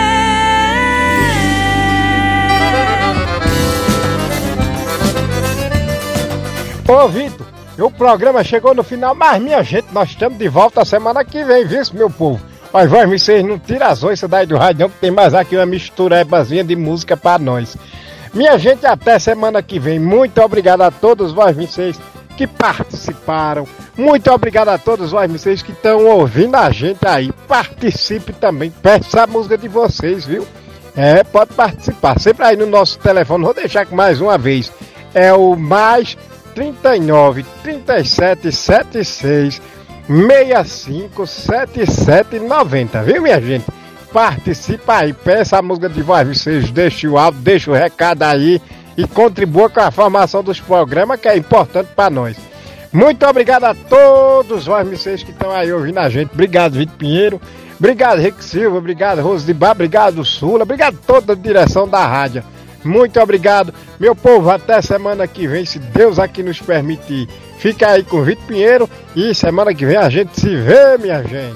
Ô Vitor, o programa chegou no final, mas minha gente, nós estamos de volta a semana que vem, viu, meu povo? Mas vai, vocês não tiram as oiças daí do rádio, não, que tem mais aqui uma misturebazinha de música pra nós. Minha gente, até semana que vem. Muito obrigado a todos vós, vocês que participaram. Muito obrigado a todos vós, vocês que estão ouvindo a gente aí. Participe também, peça a música de vocês, viu? É, pode participar. Sempre aí no nosso telefone, vou deixar aqui mais uma vez. É o mais trinta e nove, trinta e sete, setenta e seis, sessenta e cinco, setenta e sete, noventa, viu, minha gente? Participa aí, peça a música de voz, vocês deixem o áudio, deixem o recado aí e contribua com a formação dos programas, que é importante para nós. Muito obrigado a todos vós, vocês que estão aí ouvindo a gente. Obrigado, Vitor Pinheiro. Obrigado, Rick Silva. Obrigado, Rose de Bar. Obrigado, Sula. Obrigado a toda a direção da rádio. Muito obrigado, meu povo, até semana que vem, se Deus aqui nos permitir. Fica aí com o Vitor Pinheiro e semana que vem a gente se vê, minha gente.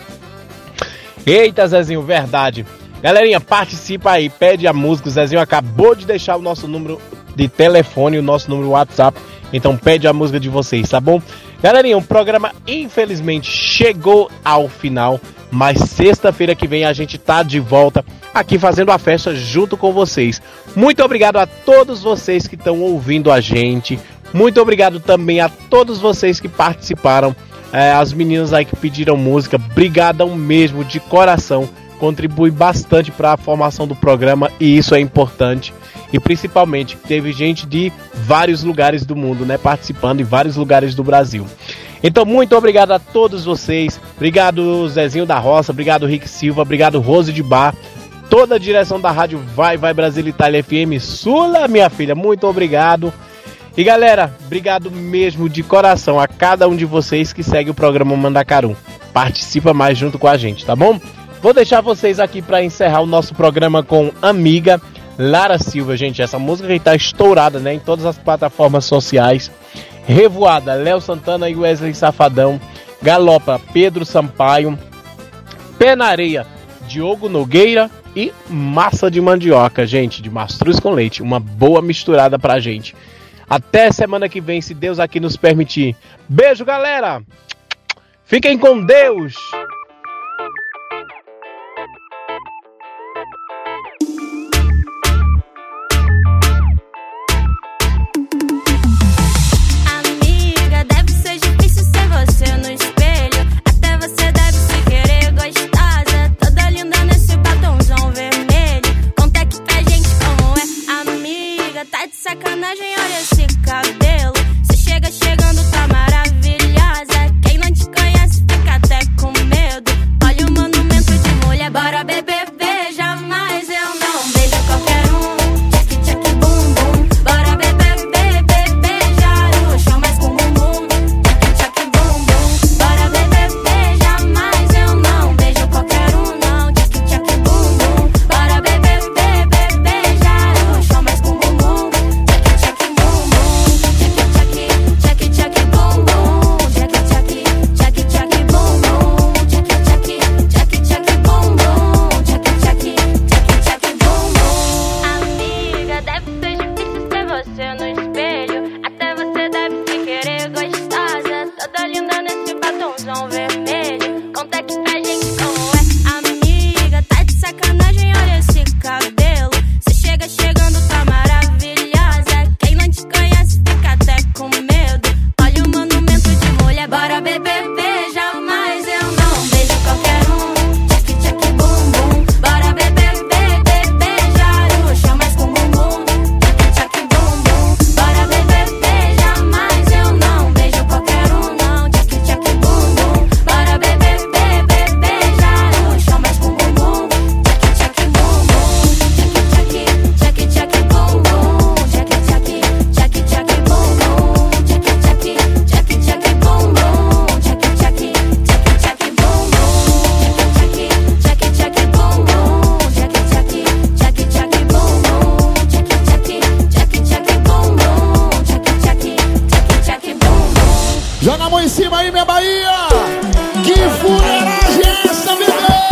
Eita, Zezinho, verdade. Galerinha, participa aí, pede a música. O Zezinho acabou de deixar o nosso número de telefone, o nosso número WhatsApp. Então pede a música de vocês, tá bom? Galerinha, o programa infelizmente chegou ao final, mas sexta-feira que vem a gente tá de volta aqui fazendo a festa junto com vocês. Muito obrigado a todos vocês que estão ouvindo a gente. Muito obrigado também a todos vocês que participaram. É, as meninas aí que pediram música, brigadão mesmo, de coração. Contribui bastante para a formação do programa e isso é importante. E principalmente teve gente de vários lugares do mundo, né, participando em vários lugares do Brasil. Então muito obrigado a todos vocês. Obrigado, Zezinho da Roça. Obrigado, Rick Silva. Obrigado, Rose de Bar. Toda a direção da rádio Vai Vai Brasil Itália F M. Sula, minha filha, muito obrigado. E galera, obrigado mesmo de coração a cada um de vocês que segue o programa Mandacaru. Participa mais junto com a gente, tá bom? Vou deixar vocês aqui para encerrar o nosso programa com Amiga, Lara Silva, gente. Essa música que tá estourada, né, em todas as plataformas sociais. Revoada, Léo Santana e Wesley Safadão. Galopa, Pedro Sampaio. Pé na Areia, Diogo Nogueira. E Massa de Mandioca, gente, de mastruz com leite. Uma boa misturada pra gente. Até semana que vem, se Deus aqui nos permitir. Beijo, galera! Fiquem com Deus! Amiga, deve ser difícil ser você no espelho. Até você deve se querer gostosa, toda linda nesse batomzão vermelho. Conta aqui pra gente como é. Amiga, tá de sacanagem, olha esse cabelo. Você chega chegando, tá maravilhosa. Quem não te conhece fica até com medo. Olha o monumento de mulher, bora beber, beija. Mas eu não beijo qualquer um. Tchac, tchac, bum, bum. Bora beber, beber, beijar no chão, mas com bumbum. Tchac, tchac, bum, bum. Bora beber, beija. Mas eu não beijo qualquer um, não. Tchac, tchac, bum, bum. Bora beber, beber, beijar no chão, mas com bumbum. Tchac, tchac, bum, bum. Tchac, tchac, tchac, bum, bum. Tchac, tchac, tchac, tchac, bum, bum. Tchac, tchac, tchac, tchac, bum, bum. Tchac, tchac, tchac, tchac, bum, bum. Amiga, deve ser difícil ser você no espelho. Até você deve se querer gostosa, toda linda nesse batomzão vermelho. Conta aqui pra gente como é. Amiga, tá de sacanagem, olha esse cabelo. Você chega chegando, tá maravilhosa. Quem não te conhece fica até com medo. Olha o monumento de mulher, bora beber, beija. Mas eu não beijo qualquer um. Tchac, tchac, bum, bum. Bora beber, beber, beijar no chão, mas com bumbum. Tchac, tchac, bum, bum. Bora beber, beija. Mas eu não beijo qualquer um, não. Tchac, tchac, bum, bum. Bora beber, beber, beijar no chão, mas com bumbum. Tchac, tchac, bum, bum. Tchac, tchac, tchac, bum, bum. Tchac, tchac, tchac, tchac, bum, bum. Tchac, tchac, tchac, tchac, bum, bum. Tchac, tchac, tchac, tchac, bum, bum. Tchac, tchac, tchac, bum, bum. Tchac, tchac, tchac, tchac, bum, bum. Tchac, tchac, tchac, tchac, bum, bum. Tchac, tchac, tchac, tchac, bum, bum. Joga a mão em cima aí, minha Bahia! Que fuleiragem é essa, bebê?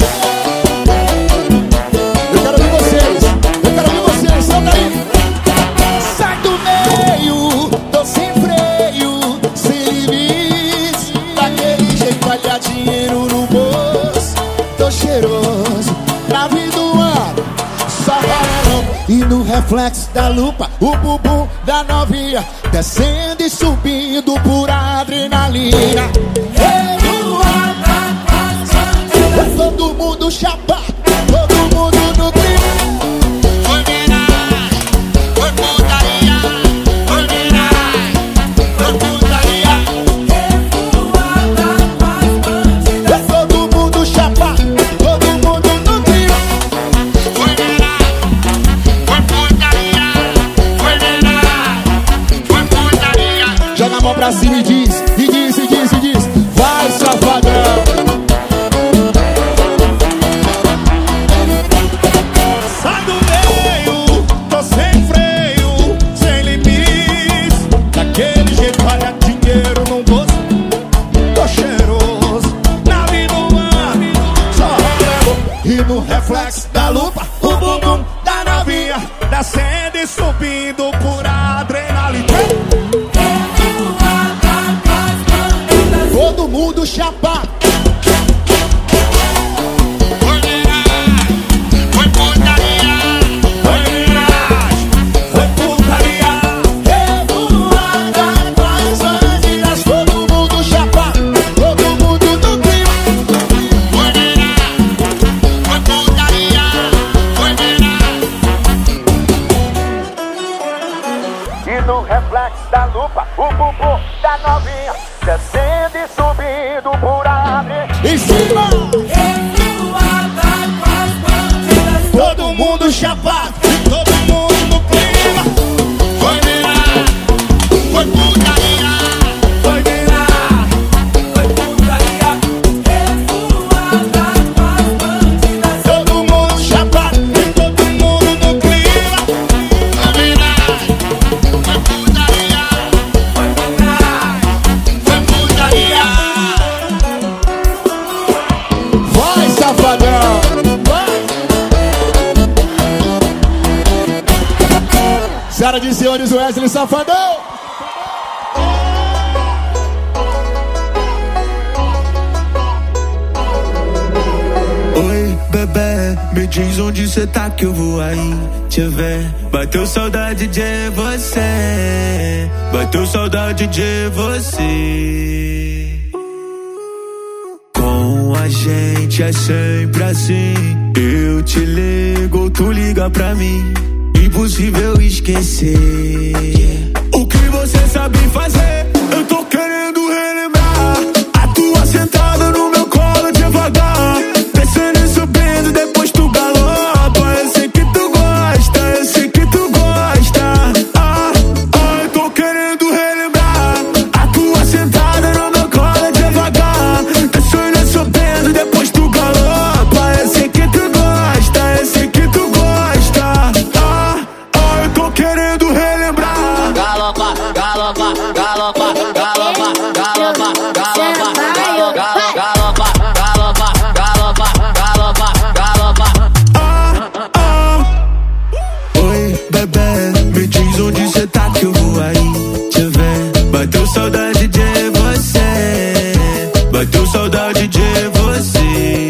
Eu quero ouvir vocês! Eu quero ouvir vocês! Solta aí! Sai do meio, tô sem freio, sem limites. Daquele jeito, olha dinheiro no bolso. Tô cheiroso, na vida do ano, só varão. E no reflexo da lupa, o bumbum da novinha descendo e subindo por adrenalina. Todo mundo chapado, todo mundo no clima. Foi homenagem, foi putaria. Foi homenagem, foi putaria. Todo mundo chapado, todo mundo no clima. Foi homenagem, foi putaria. Foi homenagem, foi putaria. Joga a mão pra cima e diz, e diz, e diz, e diz. Vai, safadão. Sai do meio, tô sem freio, sem limites. Daquele jeito, olha dinheiro no bolso. Tô cheiroso, na vida humana, só relevo. E no reflexo da lupa, o bumbum da novinha descendo e subindo por adrenalina. Todo mundo chapado. Foi homenagem, foi putaria. Foi homenagem, foi putaria. Revoada com as bandidas. Todo mundo chapado, todo mundo no clima. Foi homenagem, foi putaria. Foi homenagem. E no reflexo da lupa, o bumbum da novinha descendo e subindo por adrenalina. Em cima! Todo mundo chapado, todo mundo no clima. Foi homenagem, Senhoras e senhores, Wesley Safadão. Oi, bebê, me diz onde cê tá que eu vou aí te ver. Bateu saudade de você, bateu saudade de você. Com a gente é sempre assim, eu te ligo, tu liga pra mim. Impossível esquecer o que você sabe fazer. Eu tô querendo relembrar a tua sentada no meu colo devagar, descendo e subindo, depois tu galopa. Eu sei que tu gosta, eu sei que tu gosta. Ah, ah, eu tô querendo relembrar a tua sentada no meu colo devagar, descendo e subindo, depois tu galopa. Eu sei que tu gosta, eu sei que tu gosta. Ah, ah, eu tô querendo relembrar. Galopa, galopa, galopa, galopa, galopa, galopa, galopa, galopa, galopa, galopa, galopa, galopa. Ah, ah. Oi, bebê, me diz onde cê tá que eu vou aí te ver. Bateu saudade de você, bateu saudade de você.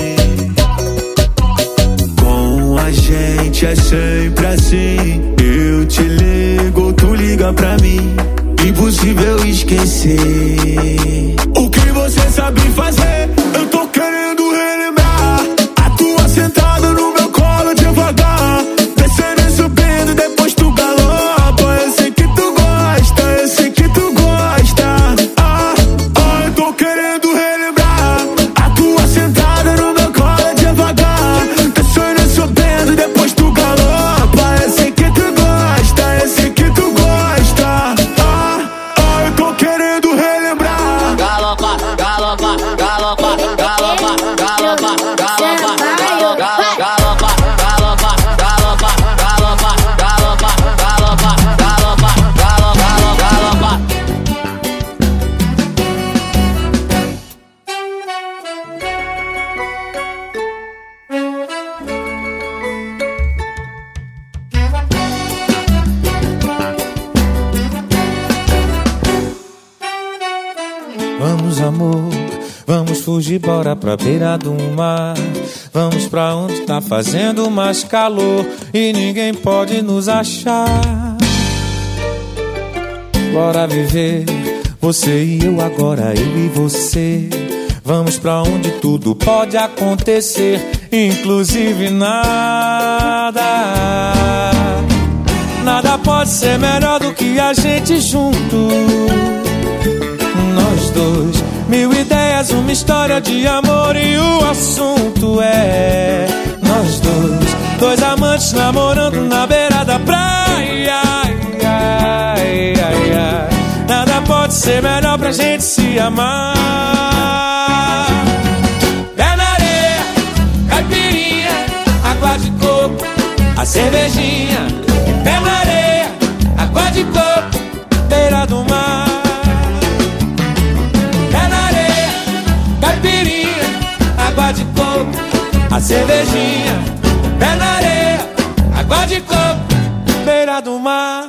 Com a gente é sempre assim, eu te ligo, tu liga pra mim. Impossível esquecer o que você sabe fazer. Eu tô querendo relembrar a tua sentada no meu colo devagar, descendo e subindo, depois tu galopa. Eu sei que tu gosta, eu sei que tu gosta. Ah, ah, eu tô querendo relembrar a tua sentada no meu colo devagar, descendo e subindo, depois tu galopa. Eu sei que tu gosta, eu sei que tu gosta. Ah, ah, eu tô querendo relembrar. Galopa, galopa, galopa, galopa, galopa, galopa, galopa, galopa, galopa, galopa, galopa, galopa, galopa, galopa, galopa, galopa. Vamos, amor, vamos fugir, bora pra beira do mar. Vamos pra onde tá fazendo mais calor e ninguém pode nos achar. Bora viver, você e eu agora, eu e você. Vamos pra onde tudo pode acontecer, inclusive nada. Nada pode ser melhor do que a gente junto. Nós dois, mil ideias, uma história de amor e o assunto é nós dois, dois amantes namorando na beira da praia. Ai, ai, ai, ai. Nada pode ser melhor pra gente se amar. Pé na areia, caipirinha, água de coco, a cervejinha. Pé na areia, água de coco, beira do mar. Água de coco, a cervejinha. Pé na areia, água de coco, beira do mar.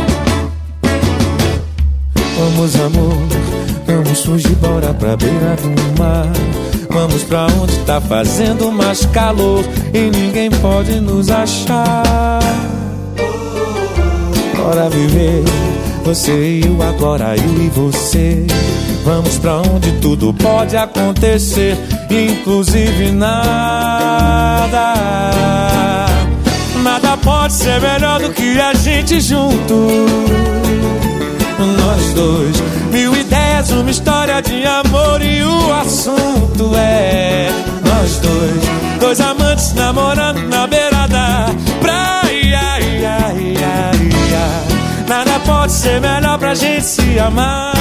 Vamos, amor, vamos fugir, bora pra beira do mar. Vamos pra onde tá fazendo mais calor e ninguém pode nos achar. Bora viver, você e eu agora, eu e você. Vamos pra onde tudo pode acontecer, inclusive nada. Nada pode ser melhor do que a gente junto. Nós dois, mil ideias, uma história de amor e o assunto é nós dois, dois amantes namorando na beira da praia. Ai, ai, ai, ai. Nada pode ser melhor pra gente se amar.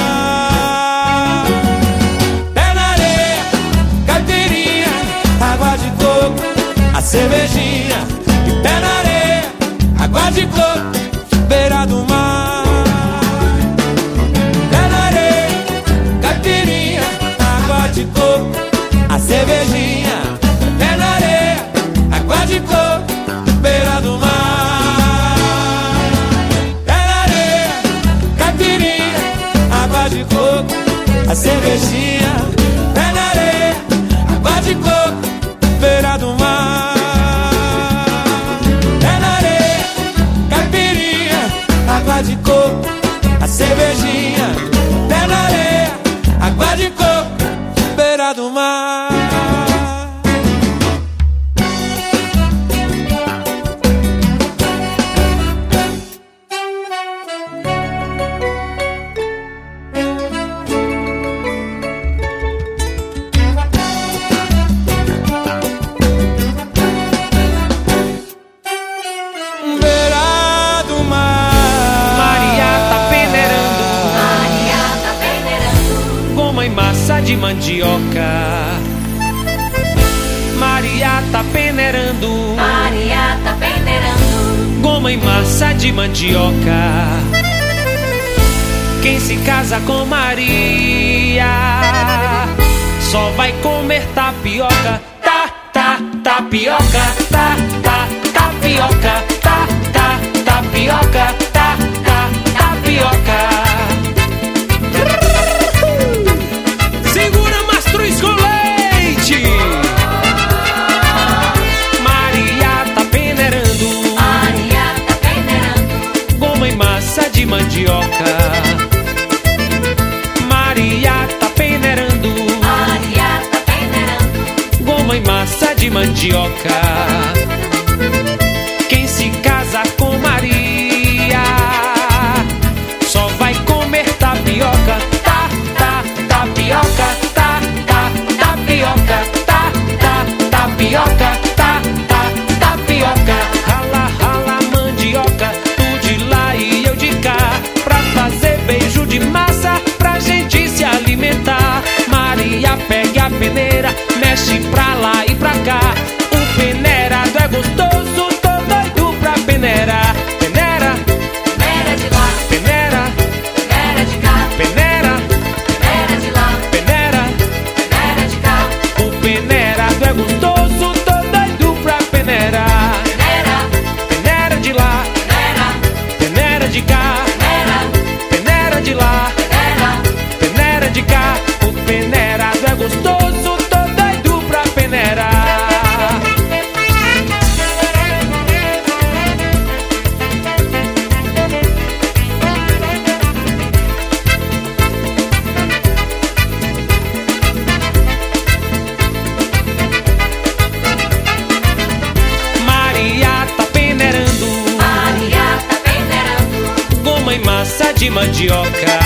Pé na areia, caipirinha, água de coco, a cervejinha. E pé na areia, água de coco, beira do mar. Pé na areia, caipirinha, água de coco, a cervejinha. Pé na areia, água de coco, beira do mar. a cervejinha, pé na areia, água de coco, beira do mar. Pé na areia, caipirinha, água de coco, a cervejinha, pé na areia, água de coco, beira do mar. De mandioca, Maria tá peneirando, Maria tá peneirando, goma e massa de mandioca. Quem se casa com Maria só vai comer tapioca, tá, tá, tapioca, tá, tá, tapioca, tá, tá, tapioca, tá, tá, tapioca. Com leite, Maria tá peneirando, Maria tá peneirando, goma e massa de mandioca. Maria tá peneirando, Maria tá peneirando, goma e massa de mandioca. Quem se casa com Maria só vai comer tapioca, tá, tá, tapioca. Tapioca, tá, tá, tapioca, tá, tá, tapioca. Rala, rala, mandioca, tu de lá e eu de cá, pra fazer beijo de massa, pra gente se alimentar. Maria pega a peneira, mexe pra lá e pra cá. O peneirado é gostoso, tô doido pra peneirar. Peneira, peneira de lá, peneira, peneira de cá, peneira, peneira de lá, peneira. Peneirado é gostoso, tô doido pra peneirar. Peneira, peneira de lá, peneira, peneira de cá, peneira, peneira de lá, peneira, peneira de cá. O peneirado é gostoso, tô doido pra peneirar. Massa de mandioca,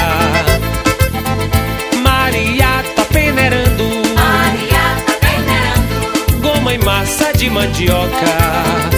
Maria tá peneirando, Maria tá peneirando, goma e massa de mandioca.